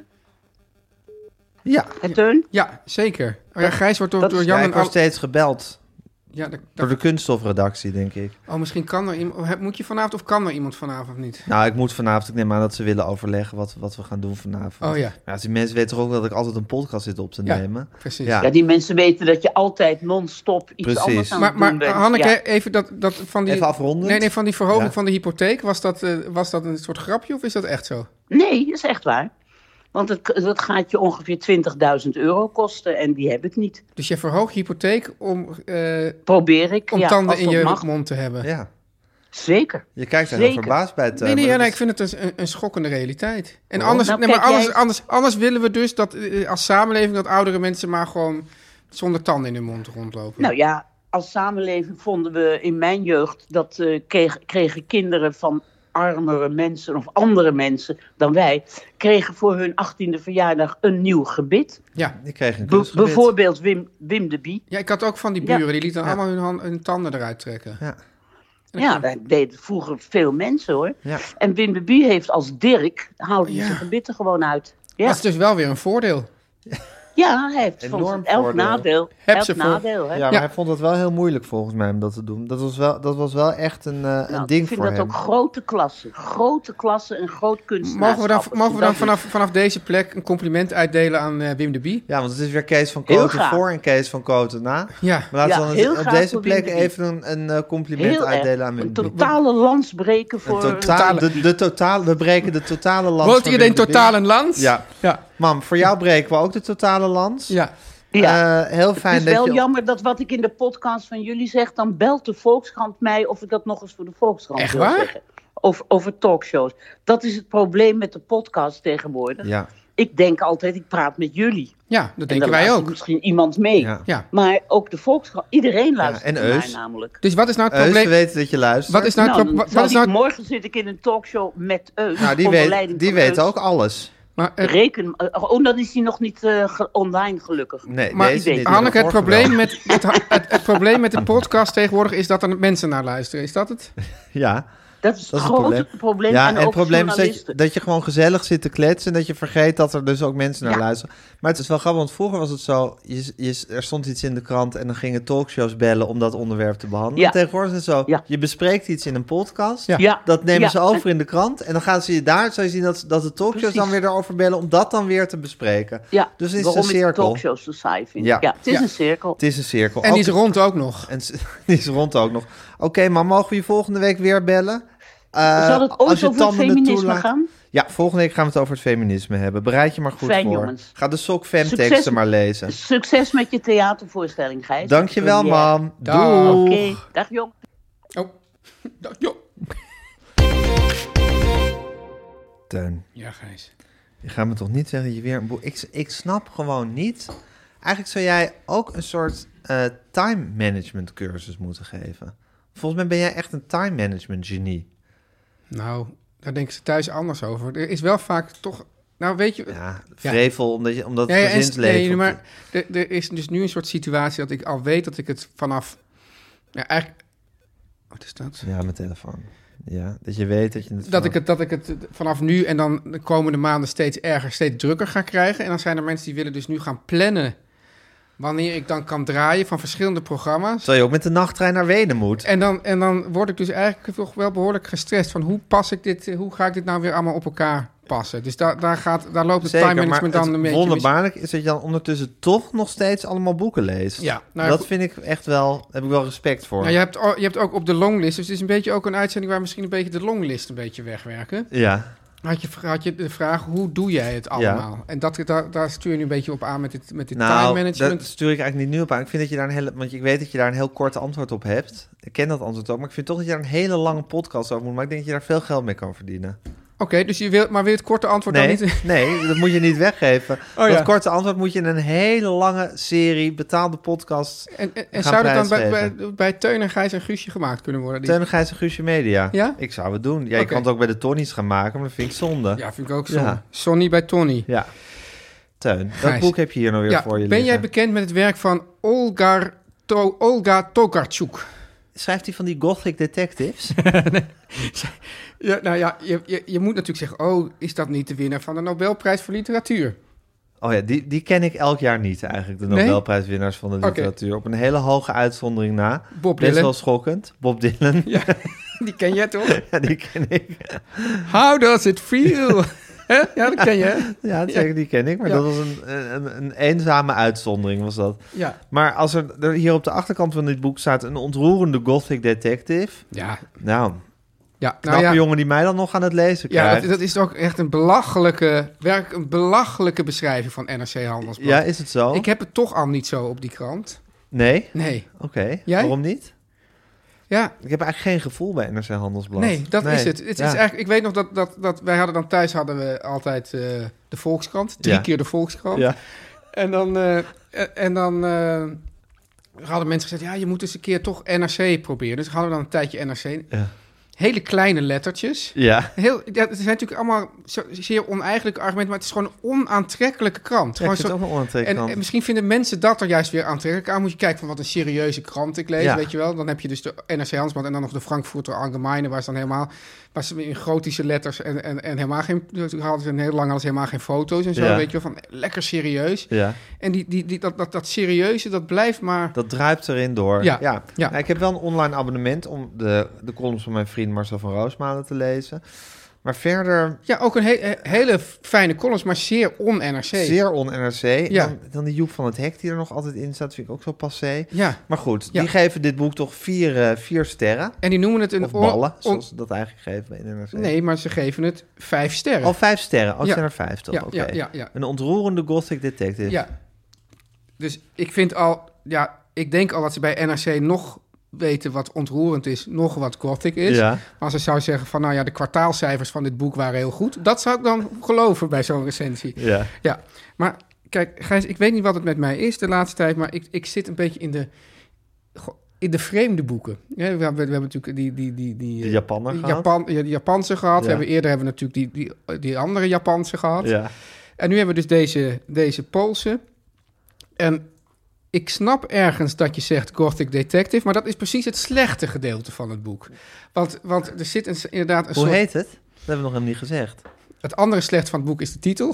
Ja. Hè, Teun? Ja, zeker. Oh ja, Gijs wordt door, dat door is- Jan Ja, en ik word Al... steeds gebeld Ja, dat, door dat- de kunststofredactie, denk ik. oh, misschien kan er iemand... Moet je vanavond of kan er iemand vanavond niet? Nou, ik moet vanavond, ik neem aan dat ze willen overleggen wat, wat we gaan doen vanavond. Oh ja, Ja, als die mensen weten toch ook dat ik altijd een podcast zit op te Ja. nemen. precies. Ja. Ja, die mensen weten dat je altijd non-stop iets Precies. anders aan Maar, het doen maar bent. Hanneke, Ja. even dat, dat van die... Even afronden. Nee, nee, van die verhoging Ja. van de hypotheek, was dat, eh, was dat een soort grapje of is dat echt zo? Nee, dat is echt waar. Want het, dat gaat je ongeveer twintigduizend euro kosten en die heb ik niet. Dus je verhoogt je hypotheek om, eh, Probeer ik, om ja, tanden als in dat je mag. mond te hebben. Ja, Zeker. je kijkt er heel Zeker. verbaasd bij. Het, Nee, nee, maar ja, dat nee, is- ik vind het een, een, een schokkende realiteit. En Waarom? anders, Nou, nee, maar kijk, anders, jij- anders, anders willen we dus dat eh, als samenleving dat oudere mensen maar gewoon zonder tanden in hun mond rondlopen. Nou ja, als samenleving vonden we in mijn jeugd dat eh, kreeg, kregen kinderen van armere mensen of andere mensen dan wij, kregen voor hun achttiende verjaardag een nieuw gebit. Ja. Die kreeg een Be- kunstgebit. bijvoorbeeld Wim, Wim de Bie. ja, ik had ook van die Ja. buren, die lieten Ja. allemaal hun, hand, hun tanden eruit trekken. Ja. En Ja, ik- dat deden vroeger veel mensen hoor. Ja. En Wim de Bie heeft als Dirk, haalde hij Ja. zijn gebitten gewoon uit. Ja, Dat is dus wel weer een voordeel. ja hij heeft Enorm van elk voordeel. nadeel. Heb Elk ze voor- nadeel hè? Ja, maar Ja. hij vond het wel heel moeilijk volgens mij om dat te doen. Dat was wel, dat was wel echt een, eh, Nou, een ding ik vind voor dat hem. ook grote klasse. Grote klasse en groot kunstenaarschap. Mogen we dan, als je mogen we dan dat vanaf, vanaf deze plek een compliment uitdelen aan eh, Wim de Bie? Ja, want het is weer Kees van Heel Koten graag. voor en Kees van Koten na. Ja, Maar laten Ja, we heel dan op graag deze voor Wim plek de Bie. even een, een eh, compliment Heel uitdelen erg. aan Wim Een de Bie. totale lans breken Een voor... totale, de, de totale, we breken de totale lans woont van iedereen Wim de Bie. totaal een land? Ja. Ja. Mam, voor jou breken we ook de totale lans. Ja. Ja. Eh, heel fijn Het is dat wel je... jammer dat wat ik in de podcast van jullie zeg, dan belt de Volkskrant mij of ik dat nog eens voor de Volkskrant Echt wil waar? zeggen. Over, over talkshows. Dat is het probleem met de podcast tegenwoordig. Ja, ik denk altijd, ik praat met jullie. Ja, dat En denken dan wij luistert ook. misschien iemand mee. Ja. Ja. Maar ook de Volkskrant, iedereen luistert en naar Eus. namelijk. Dus wat is nou het Eus, probleem? we weten dat je luistert. Wat is nou het Nou, pro- dan wat, zal wat is ik- nou het- morgen zit ik in een talkshow met Eus. Nou, die onder weet, leiding die van weet Eus. ook alles. maar, eh, Reken, uh, oh, dan is hij nog niet uh, ge- online, gelukkig. Nee, Maar deze niet. Hanneke, het De vorige probleem, wel. met, het, het, het probleem met de podcast tegenwoordig is dat er mensen naar luisteren. Is dat het? Ja, Dat is het dat is het grote probleem. probleem. Ja, en en het ook probleem is dat je, journalisten. dat je gewoon gezellig zit te kletsen... en dat je vergeet dat er dus ook mensen naar Ja. luisteren. Maar het is wel grappig, want vroeger was het zo... Je, je, er stond iets in de krant en dan gingen talkshows bellen... om dat onderwerp te behandelen. Ja. Tegenwoordig is het zo, Ja. je bespreekt iets in een podcast... Ja. Ja. Dat nemen Ja. ze over in de krant. En dan gaan ze je daar, zou je zien dat, dat de talkshows Precies. dan weer erover bellen... om dat dan weer te bespreken. Ja, Dus het is waarom een ik de cirkel. talkshows zo saai vind. Ja. Ja, het is Ja. een cirkel. Het is een cirkel. En die is Ook- rond ook nog. En s- die is rond ook nog. Oké, maar mogen we je volgende week weer bellen? Uh, Zal het als ooit je over het tanden feminisme toelaat- gaan? Ja, volgende week gaan we het over het feminisme hebben. Bereid je maar goed Fijn, voor. jongens. Ga de Sok Fem Succes. teksten maar lezen. Succes met je theatervoorstelling, Gijs. Dankjewel, Première. mam. Dag. Doeg. Oké, dag jong. Oh. Jo. Teun, Ja, Gijs. je gaat me toch niet zeggen dat je weer een boek... Ik, ik snap gewoon niet... Eigenlijk zou jij ook een soort eh, time management cursus moeten geven. Volgens mij ben jij echt een time management genie. Nou, daar denken ze thuis anders over. Er is wel vaak toch... Nou, weet je... Ja, vrevel, omdat, je, omdat het Ja, ja, en- gezinsleven... nee, op- maar er, er is dus nu een soort situatie dat ik al weet dat ik het vanaf... Ja, eigenlijk... Wat is dat? Ja, mijn telefoon. Ja, dat je weet dat je het... Dat ik, het, dat ik het vanaf nu en dan de komende maanden steeds erger, steeds drukker ga krijgen. En dan zijn er mensen die willen dus nu gaan plannen wanneer ik dan kan draaien van verschillende programma's. Terwijl je ook met de nachttrein naar Wenen moet. En dan, en dan word ik dus eigenlijk toch wel behoorlijk gestrest van hoe pas ik dit, hoe ga ik dit nou weer allemaal op elkaar passen. Dus daar, daar, gaat, daar loopt het time management dan een het beetje mis. wonderbaarlijk is dat je dan ondertussen toch nog steeds allemaal boeken leest. Ja, nou, dat goed. vind ik echt wel, daar heb ik wel respect voor. Nou, je, hebt, o- je hebt ook op de longlist, dus het is een beetje ook een uitzending waar misschien een beetje de longlist een beetje wegwerken. Ja, Had je, had je de vraag, hoe doe jij het allemaal? En dat, daar, daar stuur je nu een beetje op aan met dit, met dit time nou, management. daar stuur ik eigenlijk niet nu op aan. Ik vind dat je daar een hele, want ik weet dat je daar een heel kort antwoord op hebt. Ik ken dat antwoord ook, maar ik vind toch dat je daar een hele lange podcast over moet. Maar ik denk dat je daar veel geld mee kan verdienen. Oké, dus je wilt, maar wil je het korte antwoord Nee, dan niet? nee, dat moet je niet weggeven. Oh, dat ja. korte antwoord moet je in een hele lange serie betaalde podcasts. En, en, en gaan zou dat dan bij, prijsgeven. bij, bij Teun en Gijs en Guusje gemaakt kunnen worden? Die- Teun en Gijs en Guusje Media. Ja? Ik zou het doen. Ja, je Oké. kan het ook bij de Tonnies gaan maken, maar dat vind ik zonde. Ja, vind ik ook zo. Ja. Sonny bij Tony. Ja. Teun, dat Gijs. boek heb je hier nou weer Ja, voor je ben jij liggen. bekend met het werk van Olga, to, Olga Tokarczuk? Schrijft hij van die gothic detectives? Ja, nou ja, je, je, je moet natuurlijk zeggen, oh, is dat niet de winnaar van de Nobelprijs voor literatuur? Oh ja, die, die ken ik elk jaar niet eigenlijk, de Nee? Nobelprijswinnaars van de Oké. literatuur. Op een hele hoge uitzondering na. Bob Best Dylan. wel schokkend. Bob Dylan. Ja, die ken jij toch? Ja, die ken ik. How does it feel? Hè? Ja, dat ken je, hè? Ja, zeker, die ken ik. Maar Ja. dat was een, een, een eenzame uitzondering, was dat. Ja. Maar als er, er hier op de achterkant van dit boek staat... een ontroerende gothic detective... Ja, Nou, ja. knappe Nou ja, jongen die mij dan nog aan het lezen ja krijgt. dat, dat is ook echt een belachelijke, werk, een belachelijke beschrijving van N R C Handelsblad. Ja, is het zo? Ik heb het toch al niet zo op die krant. Nee? Nee. Oké. Jij? Waarom niet? Ja, Ik heb eigenlijk geen gevoel bij N R C Handelsblad. nee, dat is het. Het is Ja. eigenlijk, ik weet nog dat, dat, dat wij hadden dan thuis hadden we altijd uh, de Volkskrant. Drie Ja. keer de Volkskrant. Ja. En dan, uh, en dan uh, hadden mensen gezegd, ja, je moet eens een keer toch N R C proberen. Dus hadden we dan een tijdje N R C. Ja. Hele kleine lettertjes. Ja. Heel, ja, het zijn natuurlijk allemaal zo, zeer oneigenlijke argumenten, maar het is gewoon een onaantrekkelijke krant. Ja, ik Gewoon vind zo, het ook wel en, onaantrekkelijk. en misschien vinden mensen dat er juist weer aantrekkelijk aan. Moet je kijken van wat een serieuze krant ik lees, Ja. weet je wel. Dan heb je dus de N R C Handelsblad en dan nog de Frankfurter Allgemeine, waar ze dan helemaal, waar ze in gotische letters en, en, en helemaal geen, toen hadden ze een heel lang hadden ze helemaal geen foto's en zo, Ja. weet je wel, van lekker serieus. Ja, En die, die, die, dat, dat, dat serieuze, dat blijft maar... dat druipt erin door. Ja. ja. Ja. Nou, ik heb wel een online abonnement om de, de columns van mijn vriend Marcel van Roosmalen te lezen. Maar verder Ja, ook een he- hele fijne columns, maar zeer on-N R C. zeer on-N R C. Ja. Dan, dan die Joep van het Hek die er nog altijd in staat, vind ik ook zo passé. Ja, Maar goed, Ja. die geven dit boek toch vier, eh, vier sterren. en die noemen het een... Of on- ballen, on- zoals ze dat eigenlijk geven bij N R C. Nee, maar ze geven het vijf sterren. Al vijf sterren. Oh, het Ja. zijn er vijf toch? ja, Oké. ja, ja, ja, Een ontroerende gothic detective. ja. Dus ik vind al... Ja, ik denk al dat ze bij N R C nog weten wat ontroerend is, nog wat gothic is. Ja. Maar als ze zou zeggen van, nou ja, de kwartaalcijfers van dit boek waren heel goed. Dat zou ik dan geloven bij zo'n recensie. Ja. Ja, maar kijk, Gijs, ik weet niet wat het met mij is de laatste tijd, maar ik, ik zit een beetje in de, in de vreemde boeken. Ja, we, hebben, we hebben natuurlijk die... die, die, die De Japanner die gehad. Japan, ja, die Japanse gehad. Ja. We hebben eerder hebben we natuurlijk die, die, die andere Japanse gehad. Ja. En nu hebben we dus deze, deze Poolse. En ik snap ergens dat je zegt Gothic Detective, maar dat is precies het slechte gedeelte van het boek. Want, want er zit een, inderdaad een Hoe soort... heet het? Dat hebben we nog helemaal niet gezegd. Het andere slecht van het boek is de titel.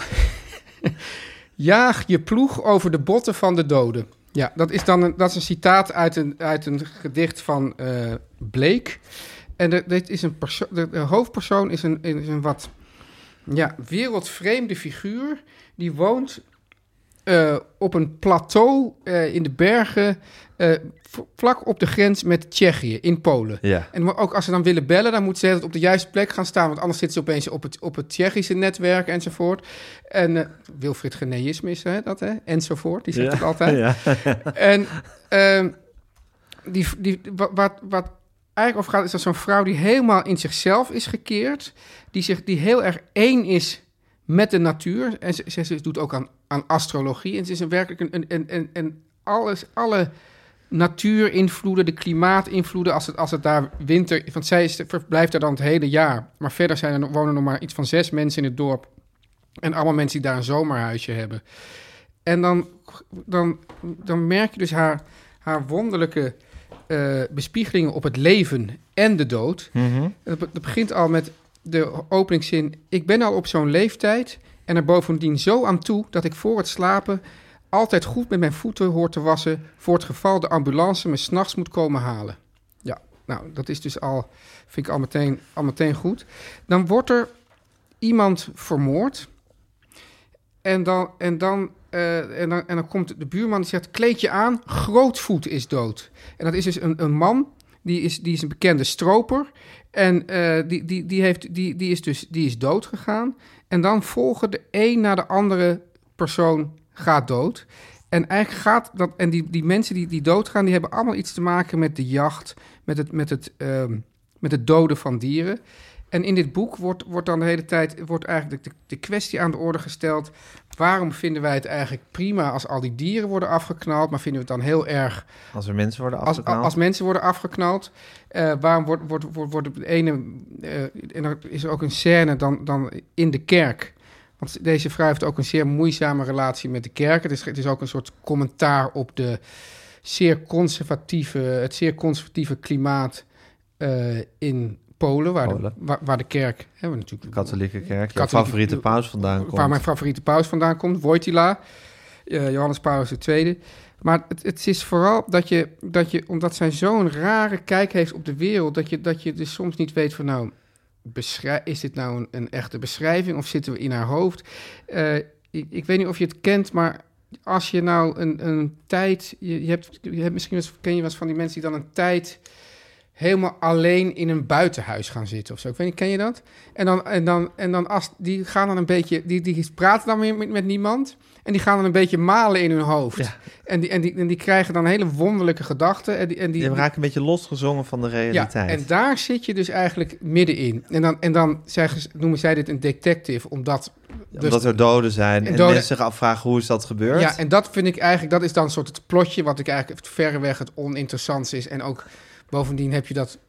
Jaag je ploeg over de botten van de doden. Ja, dat is dan een, dat is een citaat uit een, uit een gedicht van uh, Blake. En de, dit is een perso- de, de hoofdpersoon is een, is een wat ja, wereldvreemde figuur. Die woont uh, op een plateau uh, in de bergen, uh, v- vlak op de grens met Tsjechië, in Polen. Ja. En ook als ze dan willen bellen, dan moeten ze altijd op de juiste plek gaan staan, want anders zitten ze opeens op het, op het Tsjechische netwerk enzovoort. En uh, Wilfried Geneïsme is hè, dat, hè? Enzovoort, die zegt Ja. het altijd. Ja. En uh, die, die, wat, wat, wat eigenlijk over gaat, is dat zo'n vrouw die helemaal in zichzelf is gekeerd, die, zich, die heel erg één is met de natuur. En ze, ze, ze doet ook aan, aan astrologie. En ze is een werkelijk een, een, een, een, een alles, alle natuurinvloeden, de klimaatinvloeden, als het, als het daar winter... Want zij is, verblijft daar dan het hele jaar. Maar verder zijn er, wonen er nog maar iets van zes mensen in het dorp. En allemaal mensen die daar een zomerhuisje hebben. En dan, dan, dan merk je dus haar, haar wonderlijke uh, bespiegelingen op het leven en de dood. Mm-hmm. Dat, dat begint al met de openingszin: ik ben al op zo'n leeftijd en er bovendien zo aan toe dat ik voor het slapen altijd goed met mijn voeten hoor te wassen voor het geval de ambulance me 's nachts moet komen halen. Ja, nou, dat is dus al, vind ik al meteen, al meteen goed. Dan wordt er iemand vermoord en dan, en dan, uh, en dan, en dan komt de buurman die zegt: kleed je aan, Grootvoet is dood. En dat is dus een, een man, die is, die is een bekende stroper. En uh, die, die, die, heeft, die, die is dus die is dood gegaan. En dan volgen de een na de andere persoon gaat dood. En eigenlijk gaat dat. En die, die mensen die, die doodgaan, die hebben allemaal iets te maken met de jacht, met het, met het, um, met het doden van dieren. En in dit boek wordt, wordt dan de hele tijd wordt eigenlijk de, de kwestie aan de orde gesteld: waarom vinden wij het eigenlijk prima als al die dieren worden afgeknald, maar vinden we het dan heel erg Als er mensen worden als, afgeknald. als mensen worden afgeknald? Uh, waarom wordt, wordt, wordt, wordt de ene... Uh, en dan is er ook een scène dan, dan in de kerk. Want deze vrouw heeft ook een zeer moeizame relatie met de kerk. Het is, het is ook een soort commentaar op de zeer conservatieve, het zeer conservatieve klimaat uh, in Polen, waar, Polen. De, waar, waar de kerk... Hè, we natuurlijk, De katholieke kerk, je katholieke- favoriete paus vandaan komt. Waar mijn favoriete paus vandaan komt, Wojtyla, uh, Johannes Paulus de Tweede. Maar het, het is vooral dat je, dat je, omdat zij zo'n rare kijk heeft op de wereld, dat je, dat je dus soms niet weet van, nou, beschrij- is dit nou een, een echte beschrijving of zitten we in haar hoofd? Uh, ik, ik weet niet of je het kent, maar als je nou een, een tijd, je, je, hebt, je hebt misschien wel eens, ken je wel eens van die mensen die dan een tijd helemaal alleen in een buitenhuis gaan zitten of zo. Ik weet niet, ken je dat? En dan, en dan, en dan als, die gaan dan een beetje, die, die praten dan weer met, met niemand. En die gaan dan een beetje malen in hun hoofd. Ja. En, die, en, die, en die krijgen dan hele wonderlijke gedachten. En die, en die, Die raken een beetje losgezongen van de realiteit. ja, en daar zit je dus eigenlijk middenin. En dan, en dan zeggen, ze- noemen zij dit een detective, omdat... dus- Omdat er doden zijn. En En, doden- mensen zich afvragen hoe is dat gebeurd. Ja, en dat vind ik eigenlijk, dat is dan een soort het plotje, wat ik eigenlijk verreweg het oninteressantste is. En ook bovendien heb je dat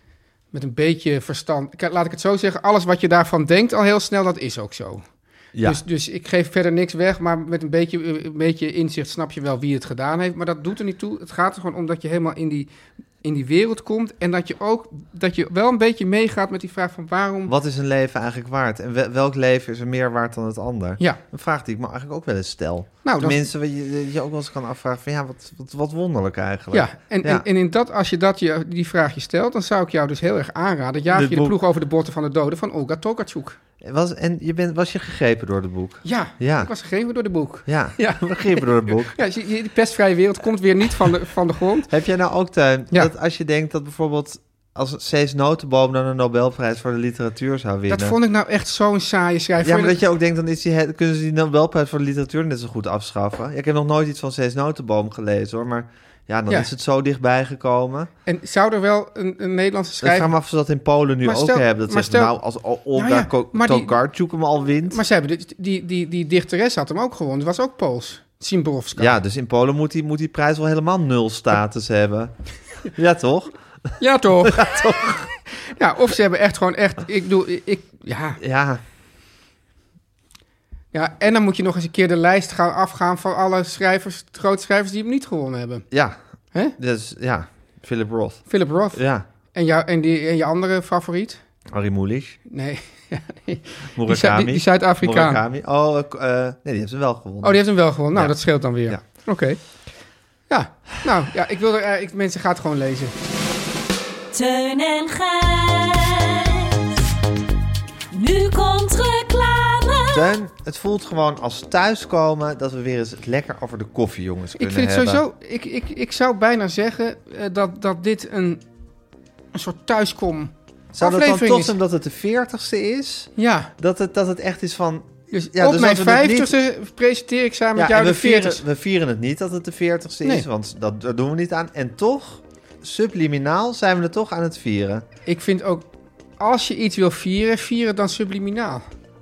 met een beetje verstand. Kijk, laat ik het zo zeggen, alles wat je daarvan denkt al heel snel, dat is ook zo. Ja. Dus, dus ik geef verder niks weg, maar met een beetje, een beetje inzicht snap je wel wie het gedaan heeft. Maar dat doet er niet toe. Het gaat er gewoon om dat je helemaal in die, in die wereld komt. En dat je ook, dat je wel een beetje meegaat met die vraag van waarom... Wat is een leven eigenlijk waard? En wel- welk leven is er meer waard dan het ander? Ja, Een vraag die ik me eigenlijk ook wel eens stel. nou, dat, Tenminste, wat je, je ook wel eens kan afvragen van ja, wat, wat, wat wonderlijk eigenlijk. ja. En, Ja. En, en in dat, als je dat je, die vraag je stelt, dan zou ik jou dus heel erg aanraden. Jaag Dit je de boek- ploeg over de botten van de doden van Olga Tokarczuk. Was, en je bent, was je gegrepen door het boek? Ja, Ja. ik was gegeven door de boek. Ja, Ja. begrepen door het boek. Ja, zie je, die pestvrije wereld komt weer niet van de, van de grond. Heb jij nou ook, Teun, Ja. dat als je denkt dat bijvoorbeeld als Cees Notenboom dan een Nobelprijs voor de literatuur zou winnen... Dat vond ik nou echt zo'n saaie schrijver. Ja, maar Vond je dat je ook denkt, dan is die, kunnen ze die Nobelprijs voor de literatuur net zo goed afschaffen. Ja, ik heb nog nooit iets van Cees Notenboom gelezen, hoor, maar Ja, dan Ja. is het zo dichtbij gekomen. En zou er wel een, een Nederlandse Ik schrijver... vraag me af of ze dat in Polen nu Maar ook stel- hebben. Dat maar zeggen, stel- nou, als O- Olga Nou ja, Ko- maar die- Tokarczuk hem al wint. Maar ze hebben die, die, die, die dichteres had hem ook gewonnen. Die was ook Pools. Szymborska. Ja, dus in Polen moet die, moet die prijs wel helemaal nul status hebben. Ja, toch? Ja, toch? Ja, toch? Ja, of ze hebben echt gewoon echt... Ik bedoel, ik... Ja, Ja, ja, en dan moet je nog eens een keer de lijst gaan afgaan... van alle schrijvers, grote schrijvers die hem niet gewonnen hebben. ja. Hè? Dus ja, Philip Roth. Philip Roth. Ja, En, jou, en, die, en je andere favoriet? Harry Mulisch. Nee. Ja, nee. Die, Zu- Murakami. die, die Zuid-Afrikaan. Murakami. Oh, eh, eh, nee, die heeft ze wel gewonnen. Oh, die heeft hem wel gewonnen. Nou, Ja. dat scheelt dan weer. Ja. Oké. Ja, nou, ja, ik wil er... eh, Ik, mensen, gaan het gewoon lezen. Teun en Gijs. Nu komt reclame. Teun, het voelt gewoon als thuiskomen dat we weer eens het lekker over de koffiejongens Ik kunnen vind het hebben. sowieso... Ik, ik, ik zou bijna zeggen eh, dat, dat dit een, een soort thuiskom Zou dat dan aflevering toch is. zijn dat het de veertigste is? Ja, Dat het, dat het echt is van... dus Ja, op dus mijn dat we het niet- vijftigste presenteer ik samen met Ja, en jou we de veertigste. vieren, we vieren het niet dat het de veertigste Nee. is, want dat, dat doen we niet aan. En toch, subliminaal zijn we het toch aan het vieren. Ik vind ook, als je iets wil vieren, vier het dan subliminaal.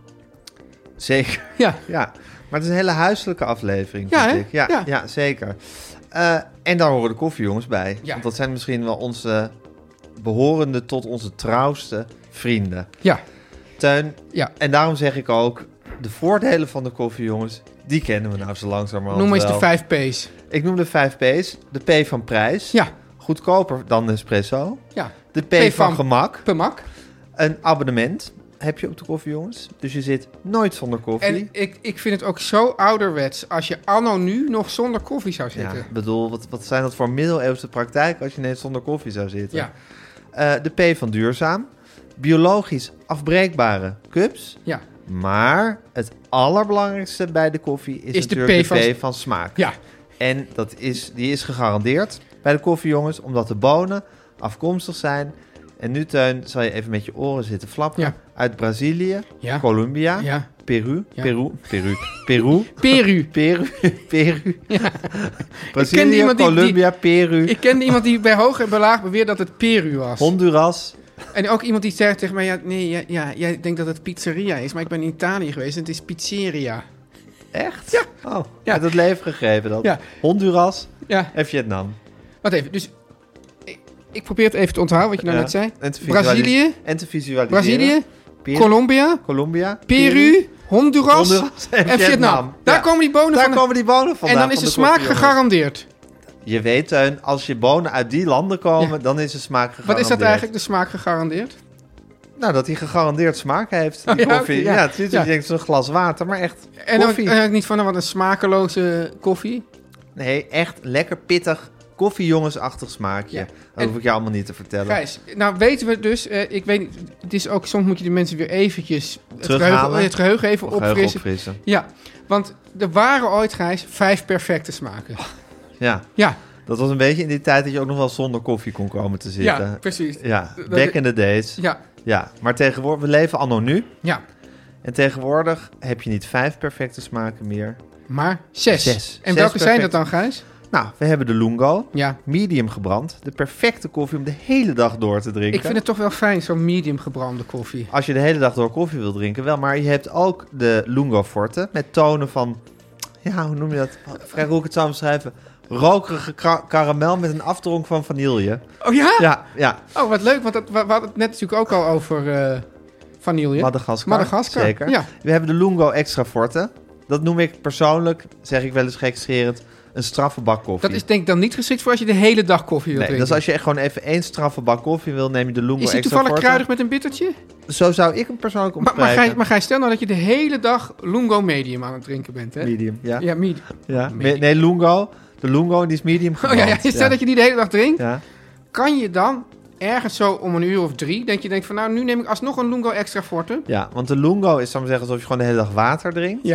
Zeker, Ja, ja. Maar het is een hele huiselijke aflevering, Ja, vind hè? ik. Ja, ja. Ja. zeker. Eh, en daar horen de koffiejongens bij. Ja. Want dat zijn misschien wel onze behorende tot onze trouwste vrienden. ja, Teun, ja. en daarom zeg ik ook, de voordelen van de koffiejongens, die kennen we nou zo langzamerhand Noem eens de wel. vijf P's. Ik noem de vijf P's. De P van prijs. Ja, Goedkoper dan Nespresso. ja. De P, P van, van- gemak. Pemak. Een abonnement heb je op de koffiejongens. Dus je zit nooit zonder koffie. En ik, ik vind het ook zo ouderwets als je anno nu nog zonder koffie zou ja, zitten. ik bedoel, wat, wat zijn dat voor middeleeuwse praktijken als je ineens zonder koffie zou zitten? Ja, Eh, de P van duurzaam. Biologisch afbreekbare cups. ja, Maar het allerbelangrijkste bij de koffie is, Is de natuurlijk P de P van- van, smaak. ja. En dat is, die is gegarandeerd bij de koffiejongens, omdat de bonen afkomstig zijn. En nu, Teun, zal je even met je oren zitten flappen. Ja. Uit Brazilië, Ja. Colombia, Ja. Peru, Ja. Peru, Peru, Peru, Peru. Peru, Peru. kende Brazilië, iemand die- Colombia, Peru, Ik kende iemand die bij hoog en bij laag beweerde dat het Peru was. Honduras. En ook iemand die zegt tegen mij, ja, nee, ja, ja, jij denkt dat het pizzeria is, maar ik ben in Italië geweest en het is pizzeria. Echt? Ja. Oh, Ja. uit het leven gegeven dat. Ja. Honduras Ja, en Vietnam. wacht even. Dus ik, ik probeer het even te onthouden wat je nou Ja. net zei. En te visualis- Brazilië, En te visualiseren. Brazilië, Peru, Colombia, Colombia, Peru, Honduras, Honduras en, en Vietnam. Daar Ja. komen die bonen Daar van. komen die bonen vandaan. En dan is van de smaak koffiejongens. gegarandeerd. Je weet, Teun, als je bonen uit die landen komen, Ja. dan is de smaak Wat gegarandeerd. is dat eigenlijk, de smaak gegarandeerd? Nou, dat die gegarandeerd smaak heeft, die Oh, ja, koffie. oké, ja, ja. het is Ja. je denkt, het is een glas water, maar echt En ook, koffie. en ook niet van, nou, wat een smakeloze koffie. Nee, echt lekker pittig, koffiejongensachtig smaakje. Ja. Dat En- hoef ik je allemaal niet te vertellen. Gijs, nou weten we dus, eh, ik weet niet, het is ook, soms moet je de mensen weer eventjes het Terughalen. geheugen, het geheugen even Of geheugen opfrissen. opfrissen. Ja, want er waren ooit, Gijs, vijf perfecte smaken. Ja, Ja, dat was een beetje in die tijd dat je ook nog wel zonder koffie kon komen te zitten. ja, precies. Ja, Dat- back in the days. Ja. Ja, maar tegenwoordig, we leven anno nu. ja, En tegenwoordig heb je niet vijf perfecte smaken meer. maar zes. Zes. En Zes welke zijn dat perfect. dan, Gijs? Nou, we hebben de Lungo, Ja, medium gebrand. De perfecte koffie om de hele dag door te drinken. ik vind het toch wel fijn, zo'n medium gebrande koffie. Als je de hele dag door koffie wil drinken, wel. Maar je hebt ook de Lungo Forte met tonen van... Ja, hoe noem je dat? Vrij hoe ik het zou omschrijven. Rokerige kra- karamel met een afdronk van vanille. Oh ja? Ja, ja. Oh, wat leuk, want dat, we, we hadden het net natuurlijk ook al over eh vanille. Madagaskar. Madagaskar, Zeker. ja. We hebben de Lungo Extra Forte. Dat noem ik persoonlijk, zeg ik wel eens gekscherend, een straffe bak koffie. Dat is denk ik dan niet geschikt voor als je de hele dag koffie wil Nee, drinken. dus als je echt gewoon even één straffe bak koffie wil, neem je de Lungo Is die Extra toevallig Forte. kruidig met een bittertje? Zo zou ik hem persoonlijk Maar, maar, omschrijven. Gijs, maar Gijs, stel nou dat je de hele dag Lungo Medium aan het drinken bent, hè? Medium, ja. Ja, medium. ja. medium. Nee, Lungo. De Lungo die is medium Oh gebrand. ja, ja, stel dat je die de hele dag drinkt, Ja. kan je dan ergens zo om een uur of drie, denk je denkt van nou, nu neem ik alsnog een Lungo Extra Forte. Ja, want de Lungo is, zou ik maar zeggen, alsof je gewoon de hele dag water drinkt. Ja.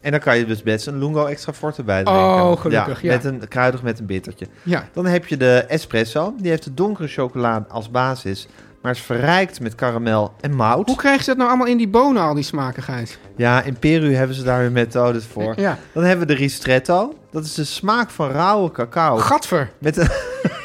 En dan kan je dus best een Lungo Extra Forte bij drinken. Oh, gelukkig, ja. Met een kruidig met een bittertje. Ja. Dan heb je de espresso. Die heeft de donkere chocolade als basis, maar is verrijkt met karamel en mout. Hoe krijgen ze dat nou allemaal in die bonen, al die smaken, Gijs? Ja, in Peru hebben ze daar weer methodes voor. Ja. Dan hebben we de ristretto. Dat is de smaak van rauwe cacao. Gadver. Met een...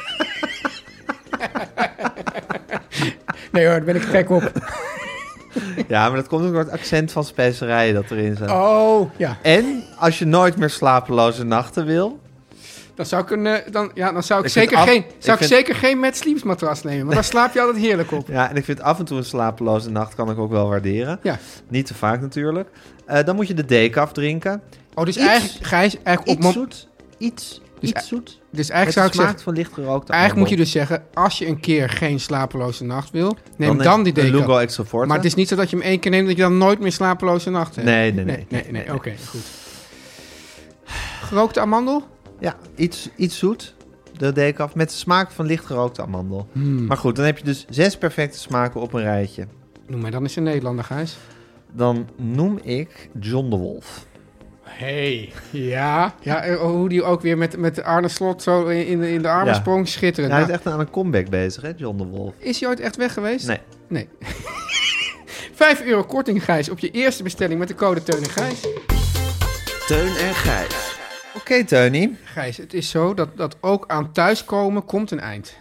Nee hoor, daar ben ik gek op. Ja, maar dat komt ook door het accent van specerijen dat erin zit. Oh, ja. En als je nooit meer slapeloze nachten wil... Dan zou ik, een, uh, dan, ja, dan zou ik, Ik vind zeker, af- geen, zou ik ik vind- zeker geen Mad Sleeps matras nemen. Want daar slaap je altijd heerlijk op. Ja, en ik vind af en toe een slapeloze nacht kan ik ook wel waarderen. Ja. Niet te vaak natuurlijk. Uh, dan moet je de decaf drinken. Oh, dus Iets- eigenlijk, Gijs, eigenlijk, op Iets mom- zoet. Iets, Dus iets e- zoet. dus Met eigenlijk zou de ik smaak zeggen, van licht gerookte eigenlijk moet je appel. dus zeggen, als je een keer geen slapeloze nacht wil, neem Dan dan, neem die een decaf. Lungo Extra Forte. Maar het is niet zo dat je hem één keer neemt dat je dan nooit meer slapeloze nacht hebt. Nee, nee, nee. Nee, nee, nee, nee. oké, goed. Gerookte amandel? Ja, iets, iets zoet. De decaf met de smaak van licht gerookte amandel. Hmm. Maar goed, dan heb je dus zes perfecte smaken op een rijtje. Noem mij dan eens een Nederlander, Gijs. Dan noem ik John de Wolf. Hey, ja. Ja, eh, hoe die ook weer met, met Arne Slot zo in de, in de armen Ja. sprong, schitterend. Hij is Nou, echt aan een comeback bezig, hè, John de Wolf. is hij ooit echt weg geweest? Nee. Nee. Vijf euro korting, Gijs, op je eerste bestelling met de code Teun en Gijs. Teun en Gijs. Oké, okay, Teunie. Gijs, het is zo dat, dat ook aan thuiskomen komt een eind.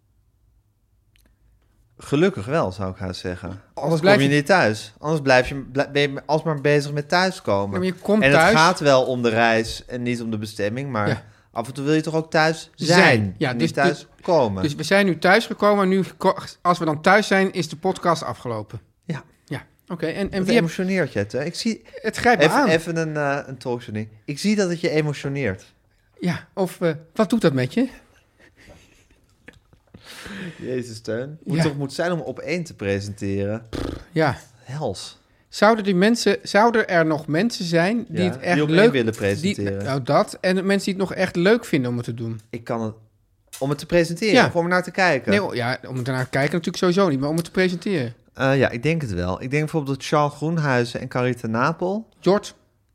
Gelukkig wel, zou ik haast zeggen. Anders blijf kom je je- niet thuis. Anders blijf je, blij- ben je alsmaar bezig met thuiskomen. Ja, maar je komt en thuis. het gaat wel om de reis en niet om de bestemming. Maar Ja. af en toe wil je toch ook thuis zijn. Zijn. Ja, en dus- niet thuis komen. Dus we zijn nu thuisgekomen en nu, ko- als we dan thuis zijn, is de podcast afgelopen. ja, Ja, oké. En, en het wie heb... emotioneert je het, hè? Ik zie... Het grijpt me Even, aan. even een, uh, een talkshow. Ik zie dat het je emotioneert. Ja, of uh, wat doet dat met je? Jezus, Teun. Moet Ja. toch moet zijn om op één te presenteren. Ja. Hels. Zouden, die mensen, zouden er nog mensen zijn die Ja, het echt die op één leuk willen presenteren. Die, nou, dat. En mensen die het nog echt leuk vinden om het te doen. Ik kan het... Om het te presenteren Ja. of om er naar te kijken? Nee, oh, ja, om het ernaar te kijken natuurlijk sowieso niet, maar om het te presenteren. Uh, ja, ik denk het wel. Ik denk bijvoorbeeld dat Charles Groenhuizen en Carita Napel... Jort,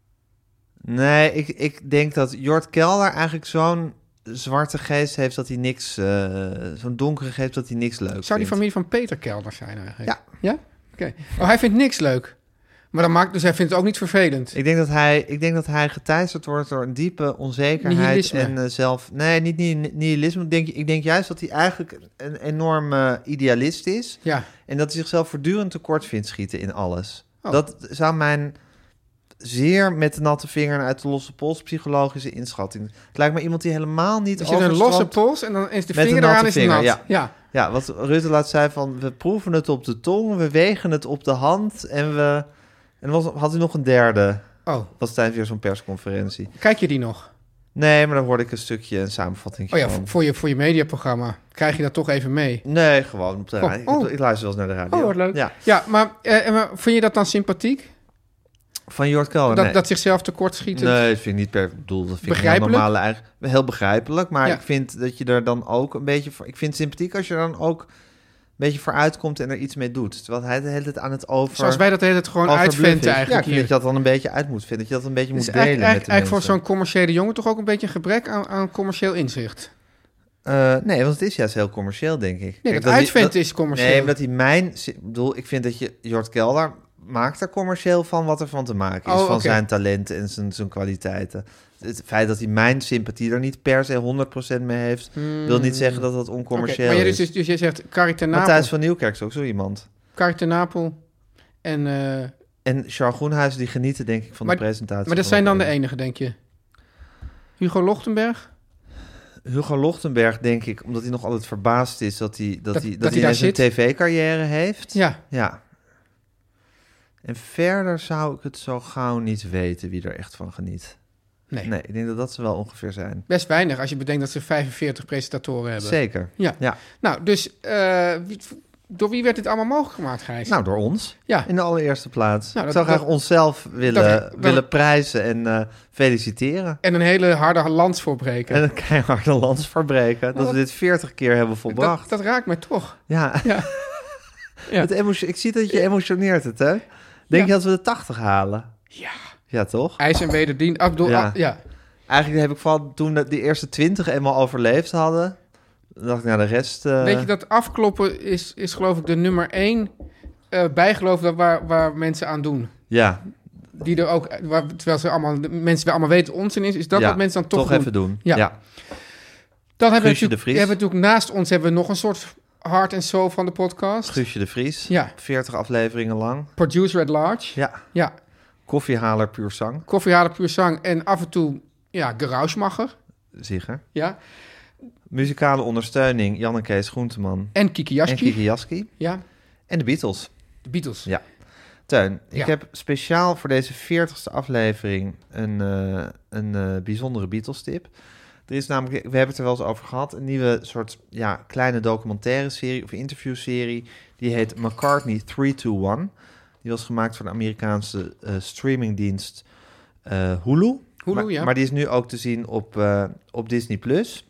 Nee, ik, ik denk dat Jort Kelder eigenlijk zo'n zwarte geest heeft dat hij niks... Uh, zo'n donkere geest dat hij niks leuk vindt. zou die familie van Peter Kelder zijn eigenlijk? Ja. Ja? Oké. Oh, hij vindt niks leuk. Maar dan maakt, dus hij vindt het ook niet vervelend. Ik denk dat hij, ik denk dat hij geteisterd wordt door een diepe onzekerheid Nihilisme. en uh, zelf... Nee, niet ni- nihilisme. Ik denk, ik denk juist dat hij eigenlijk een enorme idealist is. Ja. En dat hij zichzelf voortdurend tekort vindt schieten in alles. Oh. Dat zou mijn zeer met de natte vinger en uit de losse pols psychologische inschatting. Het lijkt me iemand die helemaal niet Er zit een losse overstroomt- pols en dan is de Met vinger een eraan natte is vinger, nat. ja. ja. Ja, wat Rutte laat zei van... we proeven het op de tong, we wegen het op de hand... en we... En dan was, had hij nog een derde. Oh, Was tijdens weer zo'n persconferentie. kijk je die nog? Nee, maar dan hoorde ik een stukje, een samenvatting Oh ja, van. voor, voor je, voor je mediaprogramma krijg je dat toch even mee. Nee, gewoon op de Oh, radio. oh. Ik, ik luister wel eens naar de radio. Oh, wat leuk. Ja, Ja, maar, eh, maar vind je dat dan sympathiek? van Jort Kelder. dat, nee. dat zichzelf tekort schieten? Nee, dat vind ik niet per bedoel. Dat vind ik heel Begrijpelijk? normale eigen, heel begrijpelijk. Maar Ja. ik vind dat je er dan ook een beetje voor. Ik vind het sympathiek als je er dan ook een beetje voor uitkomt en er iets mee doet. Terwijl hij de hele tijd aan het over. Zoals wij dat de hele tijd gewoon overbluffen uitventen is. eigenlijk Ja, ik vind hier. dat je dat dan een beetje uit moet vinden. Dat je dat een beetje Het is moet delen eigenlijk, met de eigenlijk voor mensen. zo'n commerciële jongen toch ook een beetje een gebrek aan, aan commercieel inzicht. Uh, nee, want het is juist heel commercieel, denk ik. Nee, Kijk, dat hij- uitventen dat- is commercieel. Nee, maar dat hij mijn... Ik bedoel, ik vind dat je... Jort Kelder maakt er commercieel van wat er van te maken is. Oh, van oké. zijn talenten en zijn, zijn kwaliteiten. Het feit dat hij mijn sympathie er niet per se honderd procent mee heeft... wil niet zeggen dat dat Oké, oncommercieel maar je, is. dus, dus, dus je zegt Carita Matthijs Napel, van Nieuwkerk is ook zo iemand. Carita Napel en... eh, En Charles Groenhuizen, die genieten denk ik van Maar- de presentatie. maar dat van zijn dan de Op één. enige, denk je? Hugo Lochtenberg? Hugo Lochtenberg, denk ik, omdat hij nog altijd verbaasd is... dat hij, dat Dat- hij, dat dat hij hij daar net een zit. tv-carrière heeft. Ja. Ja. En verder zou ik het zo gauw niet weten wie er echt van geniet. Nee. Nee, ik denk dat dat ze wel ongeveer zijn. Best weinig als je bedenkt dat ze vijfenveertig presentatoren hebben. Zeker. Ja. Ja. Nou, dus eh, wie- door wie werd dit allemaal mogelijk gemaakt, Gijs? Nou, door ons. ja. In de allereerste plaats. Nou, ik dat- zou graag dat- onszelf willen, dat- dat- willen prijzen en eh, feliciteren. En een hele harde lans voorbreken. En een keiharde lans verbreken. Dat wat- we dit veertig keer hebben volbracht. dat, dat raakt mij toch. Ja. Ja. Ja. Het emotio- ik zie dat je emotioneert het, hè? Denk Ja. je dat we de tachtig halen? Ja, Ja, toch? IJs en wederdiend. Ah, bedoel, Ja. ah, ja. Eigenlijk heb ik vooral toen de, de eerste twintig eenmaal overleefd hadden... dan dacht ik, nou, de rest... Uh... Weet je, dat afkloppen is, is geloof ik de nummer één uh, bijgeloof dat waar, waar mensen aan doen. Ja. Die er ook, waar, terwijl ze allemaal, de mensen wel allemaal weten onzin is, is dat ja, wat mensen dan toch, toch doen. even doen. Ja. ja. Dan hebben we, Guusje de natuurlijk, Vries. hebben we natuurlijk naast ons hebben we nog een soort hart en soul van de podcast. Guusje de Vries. Ja. veertig afleveringen lang. Producer at large. Ja. Ja. Koffiehaler puur zang. Koffiehaler puur zang en af en toe, ja, Garausmacher. Zeker. Ja. Muzikale ondersteuning, Jan en Kees Groenteman. En Kiki En Jaski. Kiki Jaski. Ja. En de Beatles. De Beatles. Ja. Teun, ik Ja. heb speciaal voor deze veertigste aflevering een, uh, een uh, bijzondere Beatles-tip. Er is namelijk, we hebben het er wel eens over gehad, een nieuwe soort ja, kleine documentaire serie of interviewserie. Die heet McCartney three two one. Die was gemaakt voor de Amerikaanse uh, streamingdienst uh, Hulu. Hulu, maar, ja. maar die is nu ook te zien op, uh, op Disney plus.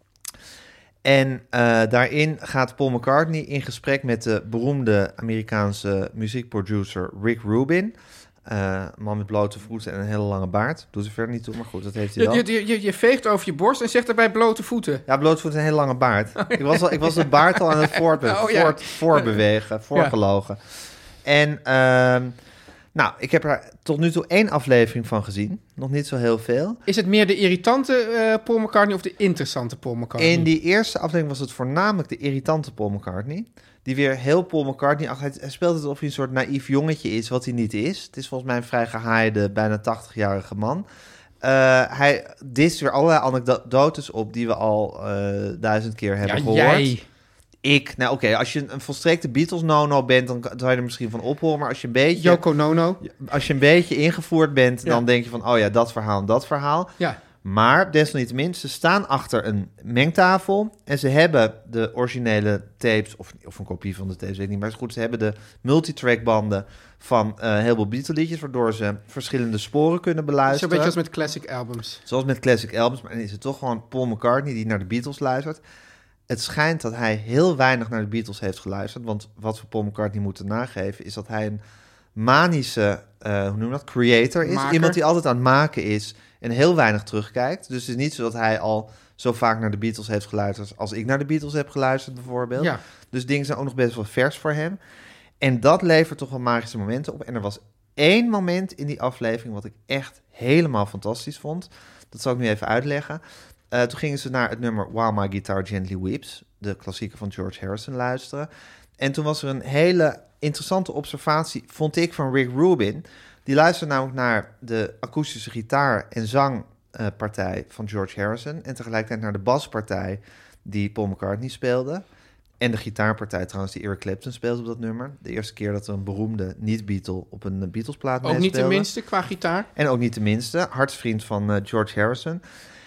En uh, daarin gaat Paul McCartney in gesprek met de beroemde Amerikaanse muziekproducer Rick Rubin. Uh, een man met blote voeten en een hele lange baard. Doet er verder niet toe, maar goed, dat heeft hij wel. Je, je, je, je veegt over je borst en zegt daarbij blote voeten. Ja, blote voeten en een hele lange baard. Ik was, al, ik was de baard al aan het voortbe- Oh, ja. voort, voorbewegen, voorgelogen. En uh, nou, ik heb er tot nu toe één aflevering van gezien. Nog niet zo heel veel. Is het meer de irritante uh, Paul McCartney of de interessante Paul McCartney? In die eerste aflevering was het voornamelijk de irritante Paul McCartney. Die weer heel Paul McCartney... Ach, hij, hij speelt het alsof hij een soort naïef jongetje is, wat hij niet is. Het is volgens mij een vrij gehaaide, bijna tachtigjarige man. Uh, hij dist weer allerlei anekdotes op die we al uh, duizend keer hebben ja, gehoord. Jij. Ik, nou oké, okay, als je een volstrekte Beatles-nono bent, dan zou je er misschien van ophoren. Maar als je een beetje... Yoko Nono. Als je een beetje ingevoerd bent, Ja. dan denk je van... oh ja, dat verhaal en dat verhaal. Ja. Maar desalniettemin, ze staan achter een mengtafel... en ze hebben de originele tapes... of, of een kopie van de tapes, weet ik niet... maar goed, ze hebben de multitrackbanden van uh, heel veel Beatle-liedjes... waardoor ze verschillende sporen kunnen Zo'n beluisteren. beetje als met classic albums. Zoals met classic albums, maar dan is het toch gewoon Paul McCartney... die naar de Beatles luistert. Het schijnt dat hij heel weinig naar de Beatles heeft geluisterd... want wat we Paul McCartney moeten nageven... is dat hij een manische, uh, hoe noem je dat, creator is. Maker. Iemand die altijd aan het maken is en heel weinig terugkijkt. Dus het is niet zo dat hij al zo vaak naar de Beatles heeft geluisterd... als ik naar de Beatles heb geluisterd bijvoorbeeld. Ja. Dus dingen zijn ook nog best wel vers voor hem. En dat levert toch wel magische momenten op. En er was één moment in die aflevering... wat ik echt helemaal fantastisch vond. Dat zal ik nu even uitleggen... Uh, toen gingen ze naar het nummer While My Guitar Gently Weeps, de klassieker van George Harrison, luisteren. En toen was er een hele interessante observatie, vond ik, van Rick Rubin. Die luisterde namelijk naar de akoestische gitaar- en zangpartij uh, van George Harrison en tegelijkertijd naar de baspartij die Paul McCartney speelde. En de gitaarpartij trouwens die Eric Clapton speelde op dat nummer. De eerste keer dat er een beroemde niet-Beatle op een Beatles-plaat Ook niet meespeelde. de minste qua gitaar. En ook niet de minste, hartsvriend van uh, George Harrison.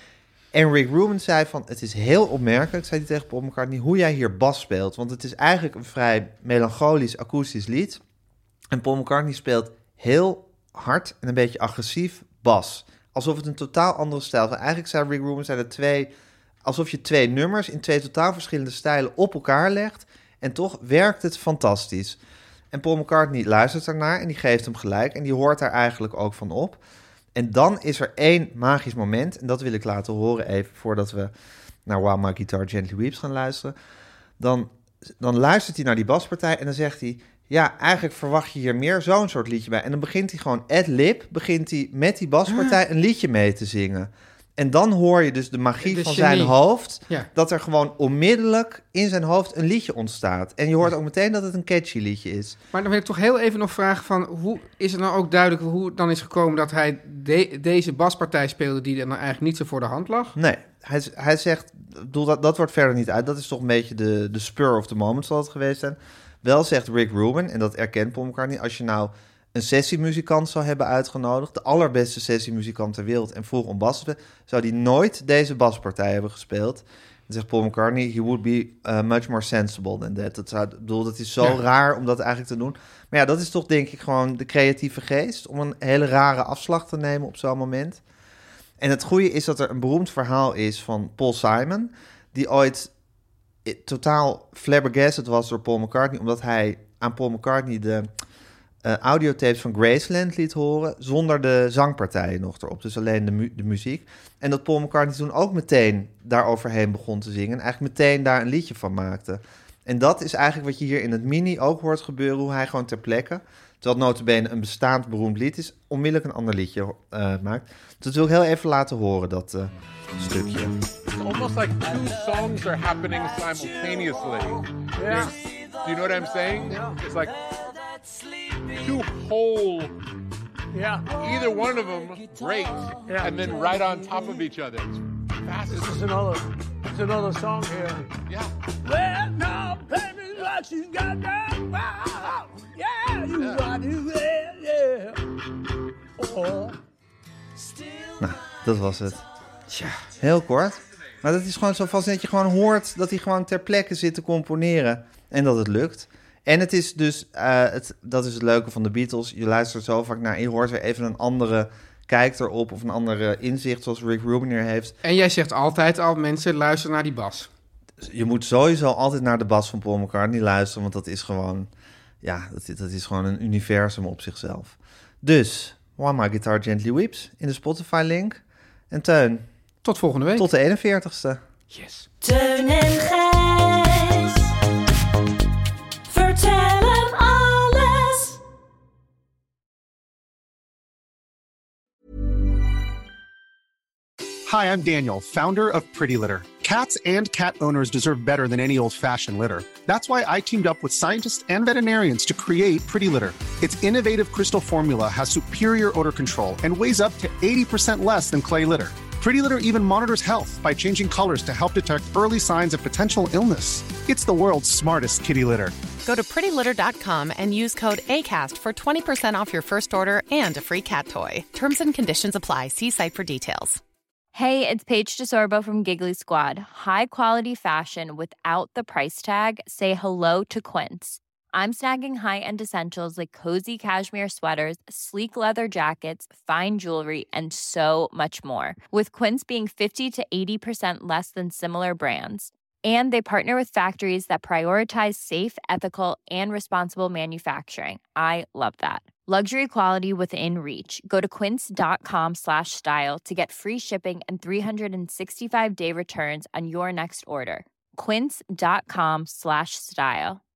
En Rick Rubin zei van, het is heel opmerkelijk, zei hij tegen Paul McCartney, hoe jij hier bas speelt. Want het is eigenlijk een vrij melancholisch, akoestisch lied. En Paul McCartney speelt heel hard en een beetje agressief bas. Alsof het een totaal andere stijl was. Eigenlijk zei Rick Rubin, zijn er twee, alsof je twee nummers in twee totaal verschillende stijlen op elkaar legt. En toch werkt het fantastisch. En Paul McCartney luistert daarnaar en die geeft hem gelijk. En die hoort daar eigenlijk ook van op. En dan is er één magisch moment, en dat wil ik laten horen even voordat we naar While My Guitar Gently Weeps gaan luisteren. Dan, dan luistert hij naar die baspartij en dan zegt hij, ja, eigenlijk verwacht je hier meer zo'n soort liedje bij. En dan begint hij gewoon ad-lib, begint hij met die baspartij een liedje mee te zingen. En dan hoor je dus de magie De van genie. zijn hoofd, Ja. dat er gewoon onmiddellijk in zijn hoofd een liedje ontstaat. En je hoort ook meteen dat het een catchy liedje is. Maar dan wil ik toch heel even nog vragen van... hoe is het nou ook duidelijk hoe het dan is gekomen... dat hij de- deze baspartij speelde... die dan eigenlijk niet zo voor de hand lag? Nee, hij, hij zegt, bedoel, dat, dat wordt verder niet uit. Dat is toch een beetje de, de spur of the moment zal het geweest zijn. Wel zegt Rick Rubin, en dat erkent Paul McCartney... als je nou een sessiemuzikant zou hebben uitgenodigd... de allerbeste sessiemuzikant ter wereld... en vroeg om bas te spelen... zou die nooit deze baspartij hebben gespeeld... Dan zegt Paul McCartney, he would be uh, much more sensible than that. Dat, zou, ik bedoel, dat is zo Ja. raar om dat eigenlijk te doen. Maar ja, dat is toch denk ik gewoon de creatieve geest... om een hele rare afslag te nemen op zo'n moment. En het goede is dat er een beroemd verhaal is van Paul Simon... die ooit totaal flabbergasted was door Paul McCartney... omdat hij aan Paul McCartney de uh, audiotapes van Graceland liet horen, zonder de zangpartijen nog erop. Dus alleen de, mu- de muziek. En dat Paul McCartney toen ook meteen daaroverheen begon te zingen. En eigenlijk meteen daar een liedje van maakte. En dat is eigenlijk wat je hier in het mini ook hoort gebeuren, hoe hij gewoon ter plekke, terwijl het nota bene een bestaand beroemd lied is, onmiddellijk een ander liedje uh, maakt. Dus dat wil ik heel even laten horen, dat uh, stukje. It's almost like two songs are happening simultaneously. Yeah. Do you know what I'm saying? Yeah. It's like two whole, yeah. Either one of them great, yeah. And then right on top of each other. It's fast. This is another, it's another song here. Yeah. Well, now, baby, like she's got that wow. Yeah, you Yeah. got it, yeah, yeah. Oh. Nou, dat was het. Tja, heel kort. Maar dat is gewoon zo vast dat je gewoon hoort dat hij gewoon ter plekke zit te componeren. En dat het lukt. En het is dus, uh, het, dat is het leuke van de Beatles. Je luistert zo vaak naar, je hoort weer even een andere kijk erop of een andere inzicht zoals Rick Rubin hier heeft. En jij zegt altijd al, mensen, luister naar die bas. Je moet sowieso altijd naar de bas van Paul McCartney luisteren, want dat is gewoon, ja, dat, dat is gewoon een universum op zichzelf. Dus, While My Guitar Gently Weeps in de Spotify-link. En Teun, tot volgende week. Tot de eenenveertigste. Yes. Teun en Gijs. Vertel hem alles. Hi, I'm Daniel, founder of Pretty Litter. Cats and cat owners deserve better than any old-fashioned litter. That's why I teamed up with scientists and veterinarians to create Pretty Litter. Its innovative crystal formula has superior odor control and weighs up to eighty percent less than clay litter. Pretty Litter even monitors health by changing colors to help detect early signs of potential illness. It's the world's smartest kitty litter. Go to pretty litter dot com and use code ACAST for twenty percent off your first order and a free cat toy. Terms and conditions apply. See site for details. Hey, it's Paige DeSorbo from Giggly Squad. High quality fashion without the price tag. Say hello to Quince. I'm snagging high-end essentials like cozy cashmere sweaters, sleek leather jackets, fine jewelry, and so much more. With Quince being fifty to eighty percent less than similar brands. And they partner with factories that prioritize safe, ethical, and responsible manufacturing. I love that. Luxury quality within reach. Go to quince.com slash style to get free shipping and three sixty-five day returns on your next order. Quince.com slash style.